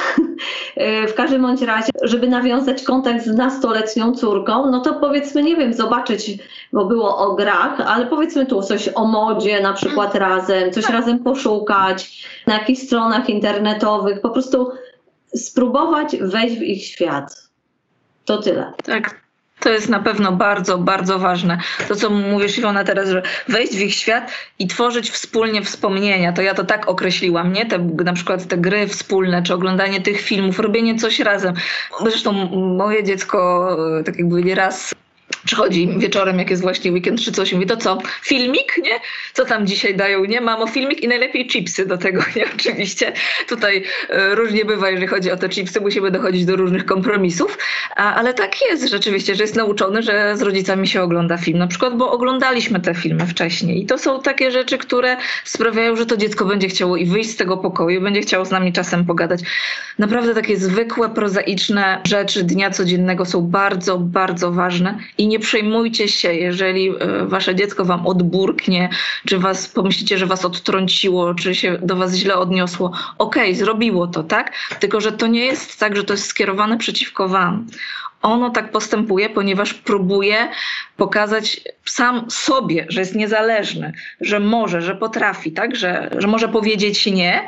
W każdym bądź razie, żeby nawiązać kontakt z nastoletnią córką, no to powiedzmy, nie wiem, zobaczyć, bo było o grach, ale powiedzmy tu coś o modzie na przykład razem, coś razem poszukać na jakichś stronach internetowych, po prostu spróbować wejść w ich świat. To tyle. Tak, to jest na pewno bardzo, bardzo ważne. To, co mówisz, Iwona, teraz, że wejść w ich świat i tworzyć wspólnie wspomnienia. To ja to tak określiłam, nie? Te, na przykład te gry wspólne, czy oglądanie tych filmów, robienie coś razem. Zresztą moje dziecko, tak jakby nieraz przychodzi wieczorem, jak jest właśnie weekend czy coś, mówi: to co, filmik, nie? Co tam dzisiaj dają, nie? Mamo, filmik i najlepiej chipsy do tego, nie? Oczywiście tutaj e, różnie bywa, jeżeli chodzi o te chipsy, musimy dochodzić do różnych kompromisów, a, ale tak jest rzeczywiście, że jest nauczony, że z rodzicami się ogląda film, na przykład, bo oglądaliśmy te filmy wcześniej i to są takie rzeczy, które sprawiają, że to dziecko będzie chciało i wyjść z tego pokoju, będzie chciało z nami czasem pogadać. Naprawdę takie zwykłe, prozaiczne rzeczy dnia codziennego są bardzo, bardzo ważne. I nie przejmujcie się, jeżeli wasze dziecko wam odburknie, czy was pomyślicie, że was odtrąciło, czy się do was źle odniosło. Okej, zrobiło to, tak? Tylko że to nie jest tak, że to jest skierowane przeciwko wam. Ono tak postępuje, ponieważ próbuje pokazać sam sobie, że jest niezależny, że może, że potrafi, tak? Że, że może powiedzieć nie,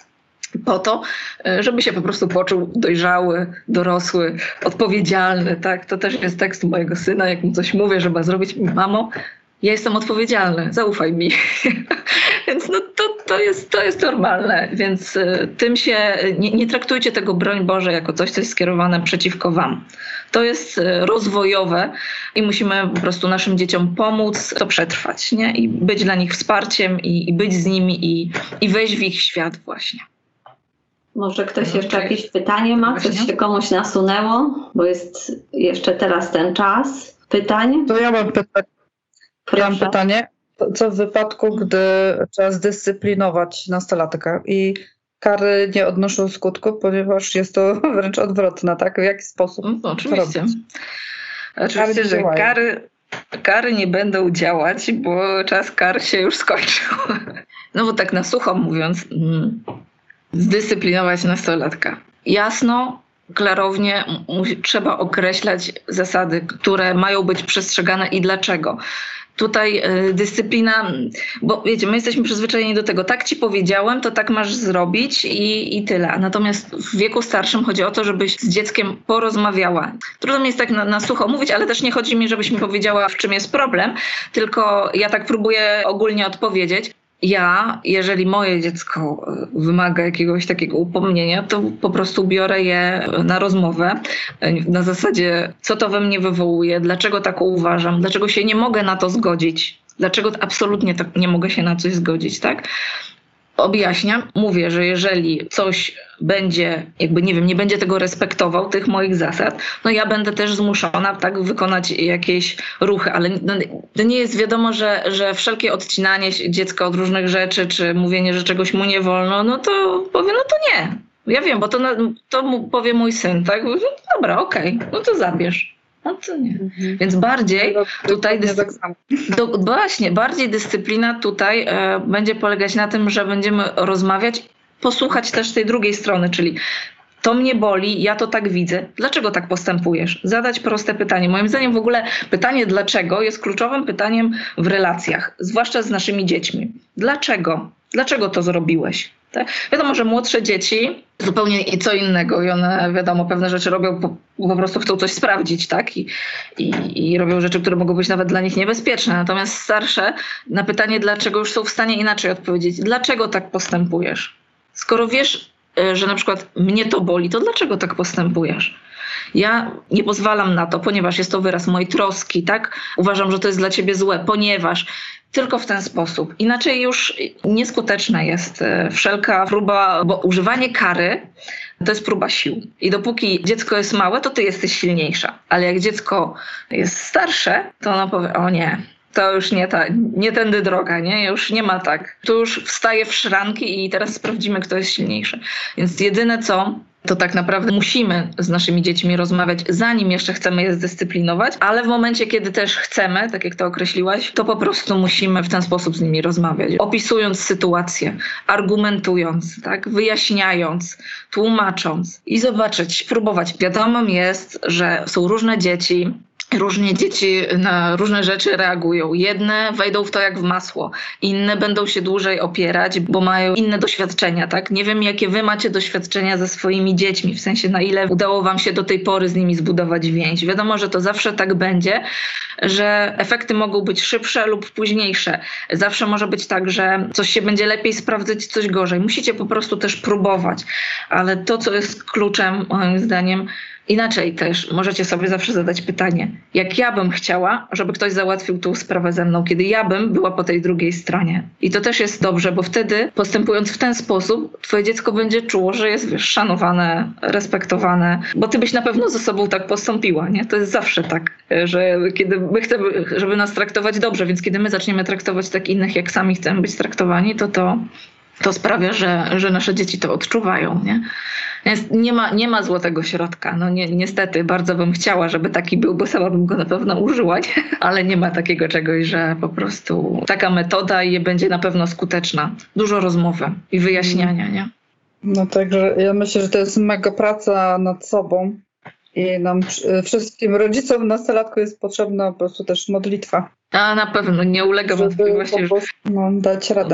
po to, żeby się po prostu poczuł dojrzały, dorosły, odpowiedzialny, tak? To też jest tekst mojego syna, jak mu coś mówię, żeby zrobić: mamo, ja jestem odpowiedzialny, zaufaj mi. Więc no to, to, jest, to jest normalne, więc tym się, nie, nie traktujcie tego, broń Boże, jako coś, co jest skierowane przeciwko wam. To jest rozwojowe i musimy po prostu naszym dzieciom pomóc to przetrwać, nie? I być dla nich wsparciem i, i być z nimi i, i wejść w ich świat właśnie. Może ktoś jeszcze jakieś pytanie ma? Coś się komuś nasunęło? Bo jest jeszcze teraz ten czas pytań. To ja mam, pyta- ja mam pytanie. Co w wypadku, gdy trzeba zdyscyplinować nastolatka i kary nie odnoszą skutku, ponieważ jest to wręcz odwrotne, tak? W jaki sposób? No, oczywiście. Oczywiście, że kary, kary nie będą działać, bo czas kar się już skończył. No bo tak na sucho mówiąc, mm, zdyscyplinować nastolatka. Jasno, klarownie mu- trzeba określać zasady, które mają być przestrzegane i dlaczego. Tutaj y, dyscyplina, bo wiecie, my jesteśmy przyzwyczajeni do tego, tak ci powiedziałem, to tak masz zrobić i, i tyle. Natomiast w wieku starszym chodzi o to, żebyś z dzieckiem porozmawiała. Trudno mi jest tak na, na sucho mówić, ale też nie chodzi mi, żebyś mi powiedziała, w czym jest problem, tylko ja tak próbuję ogólnie odpowiedzieć. Ja, jeżeli moje dziecko wymaga jakiegoś takiego upomnienia, to po prostu biorę je na rozmowę na zasadzie, co to we mnie wywołuje, dlaczego tak uważam, dlaczego się nie mogę na to zgodzić, dlaczego absolutnie tak nie mogę się na coś zgodzić, tak? Objaśniam, mówię, że jeżeli coś będzie, jakby nie wiem, nie będzie tego respektował, tych moich zasad, no ja będę też zmuszona tak wykonać jakieś ruchy, ale no, to nie jest wiadomo, że, że wszelkie odcinanie dziecka od różnych rzeczy, czy mówienie, że czegoś mu nie wolno, no to powiem, no to nie. Ja wiem, bo to, to mu powie mój syn, tak? No dobra, okej, okay, no to zabierz. No to nie. Mhm. Więc bardziej tutaj dyscy- do, właśnie, bardziej dyscyplina tutaj e, będzie polegać na tym, że będziemy rozmawiać, posłuchać też tej drugiej strony, czyli to mnie boli, ja to tak widzę. Dlaczego tak postępujesz? Zadać proste pytanie. Moim zdaniem w ogóle pytanie dlaczego jest kluczowym pytaniem w relacjach, zwłaszcza z naszymi dziećmi. Dlaczego? Dlaczego to zrobiłeś? Tak? Wiadomo, że młodsze dzieci zupełnie i co innego i one, wiadomo, pewne rzeczy robią, po, po prostu chcą coś sprawdzić, tak? I, i, i robią rzeczy, które mogą być nawet dla nich niebezpieczne. Natomiast starsze na pytanie dlaczego już są w stanie inaczej odpowiedzieć. Dlaczego tak postępujesz? Skoro wiesz, że na przykład mnie to boli, to dlaczego tak postępujesz? Ja nie pozwalam na to, ponieważ jest to wyraz mojej troski, tak? Uważam, że to jest dla ciebie złe, ponieważ tylko w ten sposób. Inaczej już nieskuteczna jest wszelka próba, bo używanie kary to jest próba sił. I dopóki dziecko jest małe, to ty jesteś silniejsza. Ale jak dziecko jest starsze, to ono powie, o nie, to już nie, ta, nie tędy droga, nie? Już nie ma tak. Tu już wstaje w szranki i teraz sprawdzimy, kto jest silniejszy. Więc jedyne co, to tak naprawdę musimy z naszymi dziećmi rozmawiać, zanim jeszcze chcemy je zdyscyplinować, ale w momencie, kiedy też chcemy, tak jak to określiłaś, to po prostu musimy w ten sposób z nimi rozmawiać. Opisując sytuację, argumentując, tak? Wyjaśniając, tłumacząc i zobaczyć, próbować. Wiadomo jest, że są różne dzieci, różnie dzieci na różne rzeczy reagują. Jedne wejdą w to jak w masło, inne będą się dłużej opierać, bo mają inne doświadczenia, tak? Nie wiem, jakie wy macie doświadczenia ze swoimi dziećmi, w sensie na ile udało wam się do tej pory z nimi zbudować więź. Wiadomo, że to zawsze tak będzie, że efekty mogą być szybsze lub późniejsze. Zawsze może być tak, że coś się będzie lepiej sprawdzać, coś gorzej. Musicie po prostu też próbować, ale to, co jest kluczem, moim zdaniem, inaczej też możecie sobie zawsze zadać pytanie, jak ja bym chciała, żeby ktoś załatwił tą sprawę ze mną, kiedy ja bym była po tej drugiej stronie. I to też jest dobrze, bo wtedy postępując w ten sposób, twoje dziecko będzie czuło, że jest wiesz, szanowane, respektowane, bo ty byś na pewno ze sobą tak postąpiła, nie? To jest zawsze tak, że kiedy my chcemy, żeby nas traktować dobrze, więc kiedy my zaczniemy traktować tak innych, jak sami chcemy być traktowani, to to to sprawia, że, że nasze dzieci to odczuwają, nie? Więc nie ma, nie ma złotego środka. No ni- niestety, bardzo bym chciała, żeby taki był, bo sama bym go na pewno użyła, nie? Ale nie ma takiego czegoś, że po prostu taka metoda i będzie na pewno skuteczna. Dużo rozmowy i wyjaśniania, nie? No także ja myślę, że to jest mega praca nad sobą i nam wszystkim rodzicom nastolatku jest potrzebna po prostu też modlitwa. A na pewno, nie ulega wątpliwości. Żeby po prostu, no, dać radę.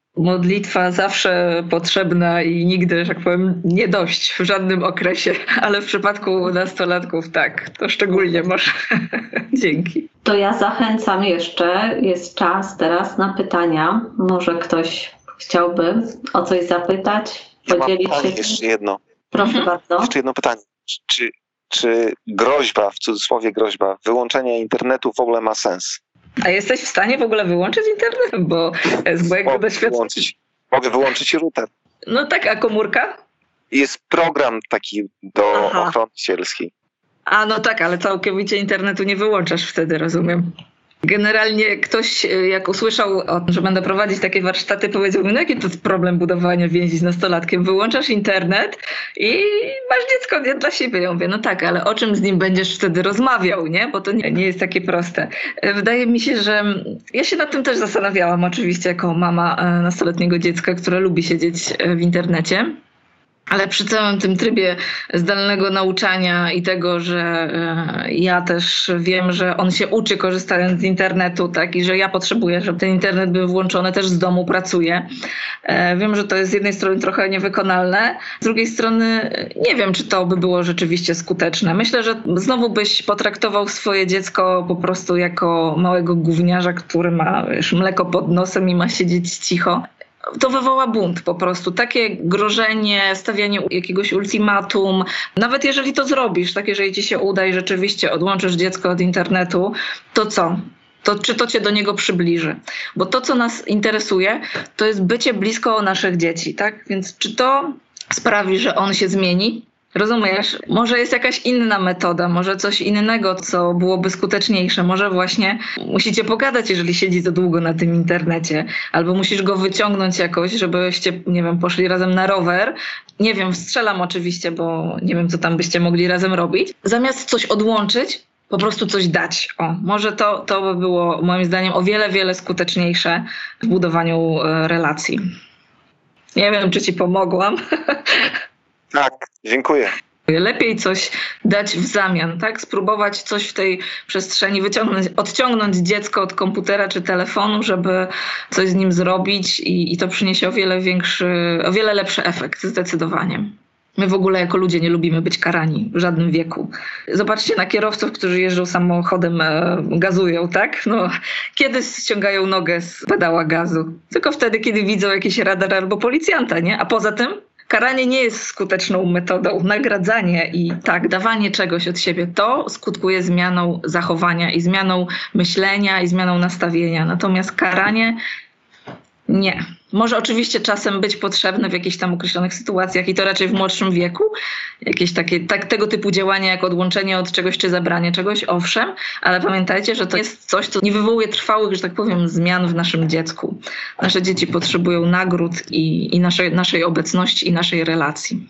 Modlitwa zawsze potrzebna i nigdy, że tak powiem, nie dość w żadnym okresie, ale w przypadku nastolatków tak, to szczególnie może. Dzięki. To ja zachęcam jeszcze, jest czas teraz na pytania. Może ktoś chciałby o coś zapytać, podzielić Mam pytanie, się. jeszcze jedno. Proszę mhm. bardzo. Jeszcze jedno pytanie. Czy, czy groźba, w cudzysłowie groźba, wyłączenia internetu w ogóle ma sens? A jesteś w stanie w ogóle wyłączyć internet? Bo z mojego doświadczenia... Mogę wyłączyć router. No tak, a komórka? Jest program taki do Aha. ochrony sielskiej. A no tak, ale całkowicie internetu nie wyłączasz wtedy, rozumiem. Generalnie ktoś, jak usłyszał o tym, że będę prowadzić takie warsztaty, powiedział mi, no jaki to jest problem budowania więzi z nastolatkiem? Wyłączasz internet i masz dziecko nie dla siebie. Ja mówię, no tak, ale o czym z nim będziesz wtedy rozmawiał, nie? Bo to nie, nie jest takie proste. Wydaje mi się, że ja się nad tym też zastanawiałam oczywiście jako mama nastoletniego dziecka, które lubi siedzieć w internecie. Ale przy całym tym trybie zdalnego nauczania i tego, że ja też wiem, że on się uczy korzystając z internetu, tak, i że ja potrzebuję, żeby ten internet był włączony, też z domu pracuję. Wiem, że to jest z jednej strony trochę niewykonalne, z drugiej strony nie wiem, czy to by było rzeczywiście skuteczne. Myślę, że znowu byś potraktował swoje dziecko po prostu jako małego gówniarza, który ma, wiesz, mleko pod nosem i ma siedzieć cicho. To wywoła bunt po prostu. Takie grożenie, stawianie jakiegoś ultimatum. Nawet jeżeli to zrobisz, tak jeżeli ci się uda i rzeczywiście odłączysz dziecko od internetu, to co? To czy to cię do niego przybliży? Bo to, co nas interesuje, to jest bycie blisko naszych dzieci, tak? Więc czy to sprawi, że on się zmieni? Rozumiesz? Może jest jakaś inna metoda, może coś innego, co byłoby skuteczniejsze. Może właśnie musicie pogadać, jeżeli siedzi za długo na tym internecie. Albo musisz go wyciągnąć jakoś, żebyście, nie wiem, poszli razem na rower. Nie wiem, strzelam oczywiście, bo nie wiem, co tam byście mogli razem robić. Zamiast coś odłączyć, po prostu coś dać. O, może to, to by było moim zdaniem o wiele, wiele skuteczniejsze w budowaniu relacji. Nie wiem, czy ci pomogłam. Tak, dziękuję. Lepiej coś dać w zamian, tak? Spróbować coś w tej przestrzeni wyciągnąć, odciągnąć dziecko od komputera czy telefonu, żeby coś z nim zrobić i, i to przyniesie o wiele większy, o wiele lepszy efekt, zdecydowanie. My w ogóle jako ludzie nie lubimy być karani w żadnym wieku. Zobaczcie na kierowców, którzy jeżdżą samochodem, e, gazują, tak? No, kiedy ściągają nogę z pedała gazu? Tylko wtedy, kiedy widzą jakiś radar albo policjanta, nie? A poza tym karanie nie jest skuteczną metodą. Nagradzanie i tak, dawanie czegoś od siebie, to skutkuje zmianą zachowania i zmianą myślenia i zmianą nastawienia. Natomiast karanie nie. Może oczywiście czasem być potrzebne w jakichś tam określonych sytuacjach i to raczej w młodszym wieku. Jakieś takie, tak, tego typu działania jak odłączenie od czegoś czy zabranie czegoś, owszem, ale pamiętajcie, że to jest coś, co nie wywołuje trwałych, że tak powiem, zmian w naszym dziecku. Nasze dzieci potrzebują nagród i, i naszej, naszej obecności i naszej relacji.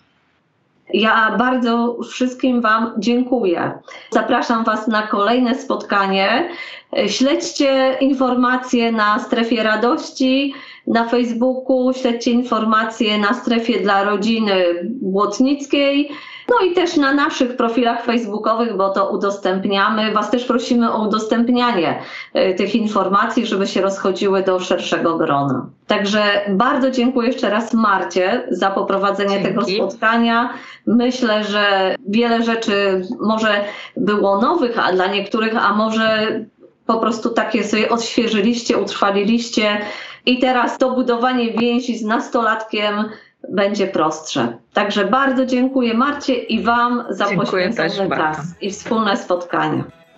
Ja bardzo wszystkim Wam dziękuję. Zapraszam Was na kolejne spotkanie. Śledźcie informacje na Strefie Radości na Facebooku, śledźcie informacje na Strefie dla Rodziny Błotnickiej, no i też na naszych profilach facebookowych, bo to udostępniamy. Was też prosimy o udostępnianie tych informacji, żeby się rozchodziły do szerszego grona. Także bardzo dziękuję jeszcze raz Marcie za poprowadzenie Dzięki. tego spotkania. Myślę, że wiele rzeczy może było nowych, a dla niektórych, a może po prostu takie sobie odświeżyliście, utrwaliliście i teraz to budowanie więzi z nastolatkiem będzie prostsze. Także bardzo dziękuję Marcie i Wam za Dziękuję poświęcony czas i wspólne spotkanie.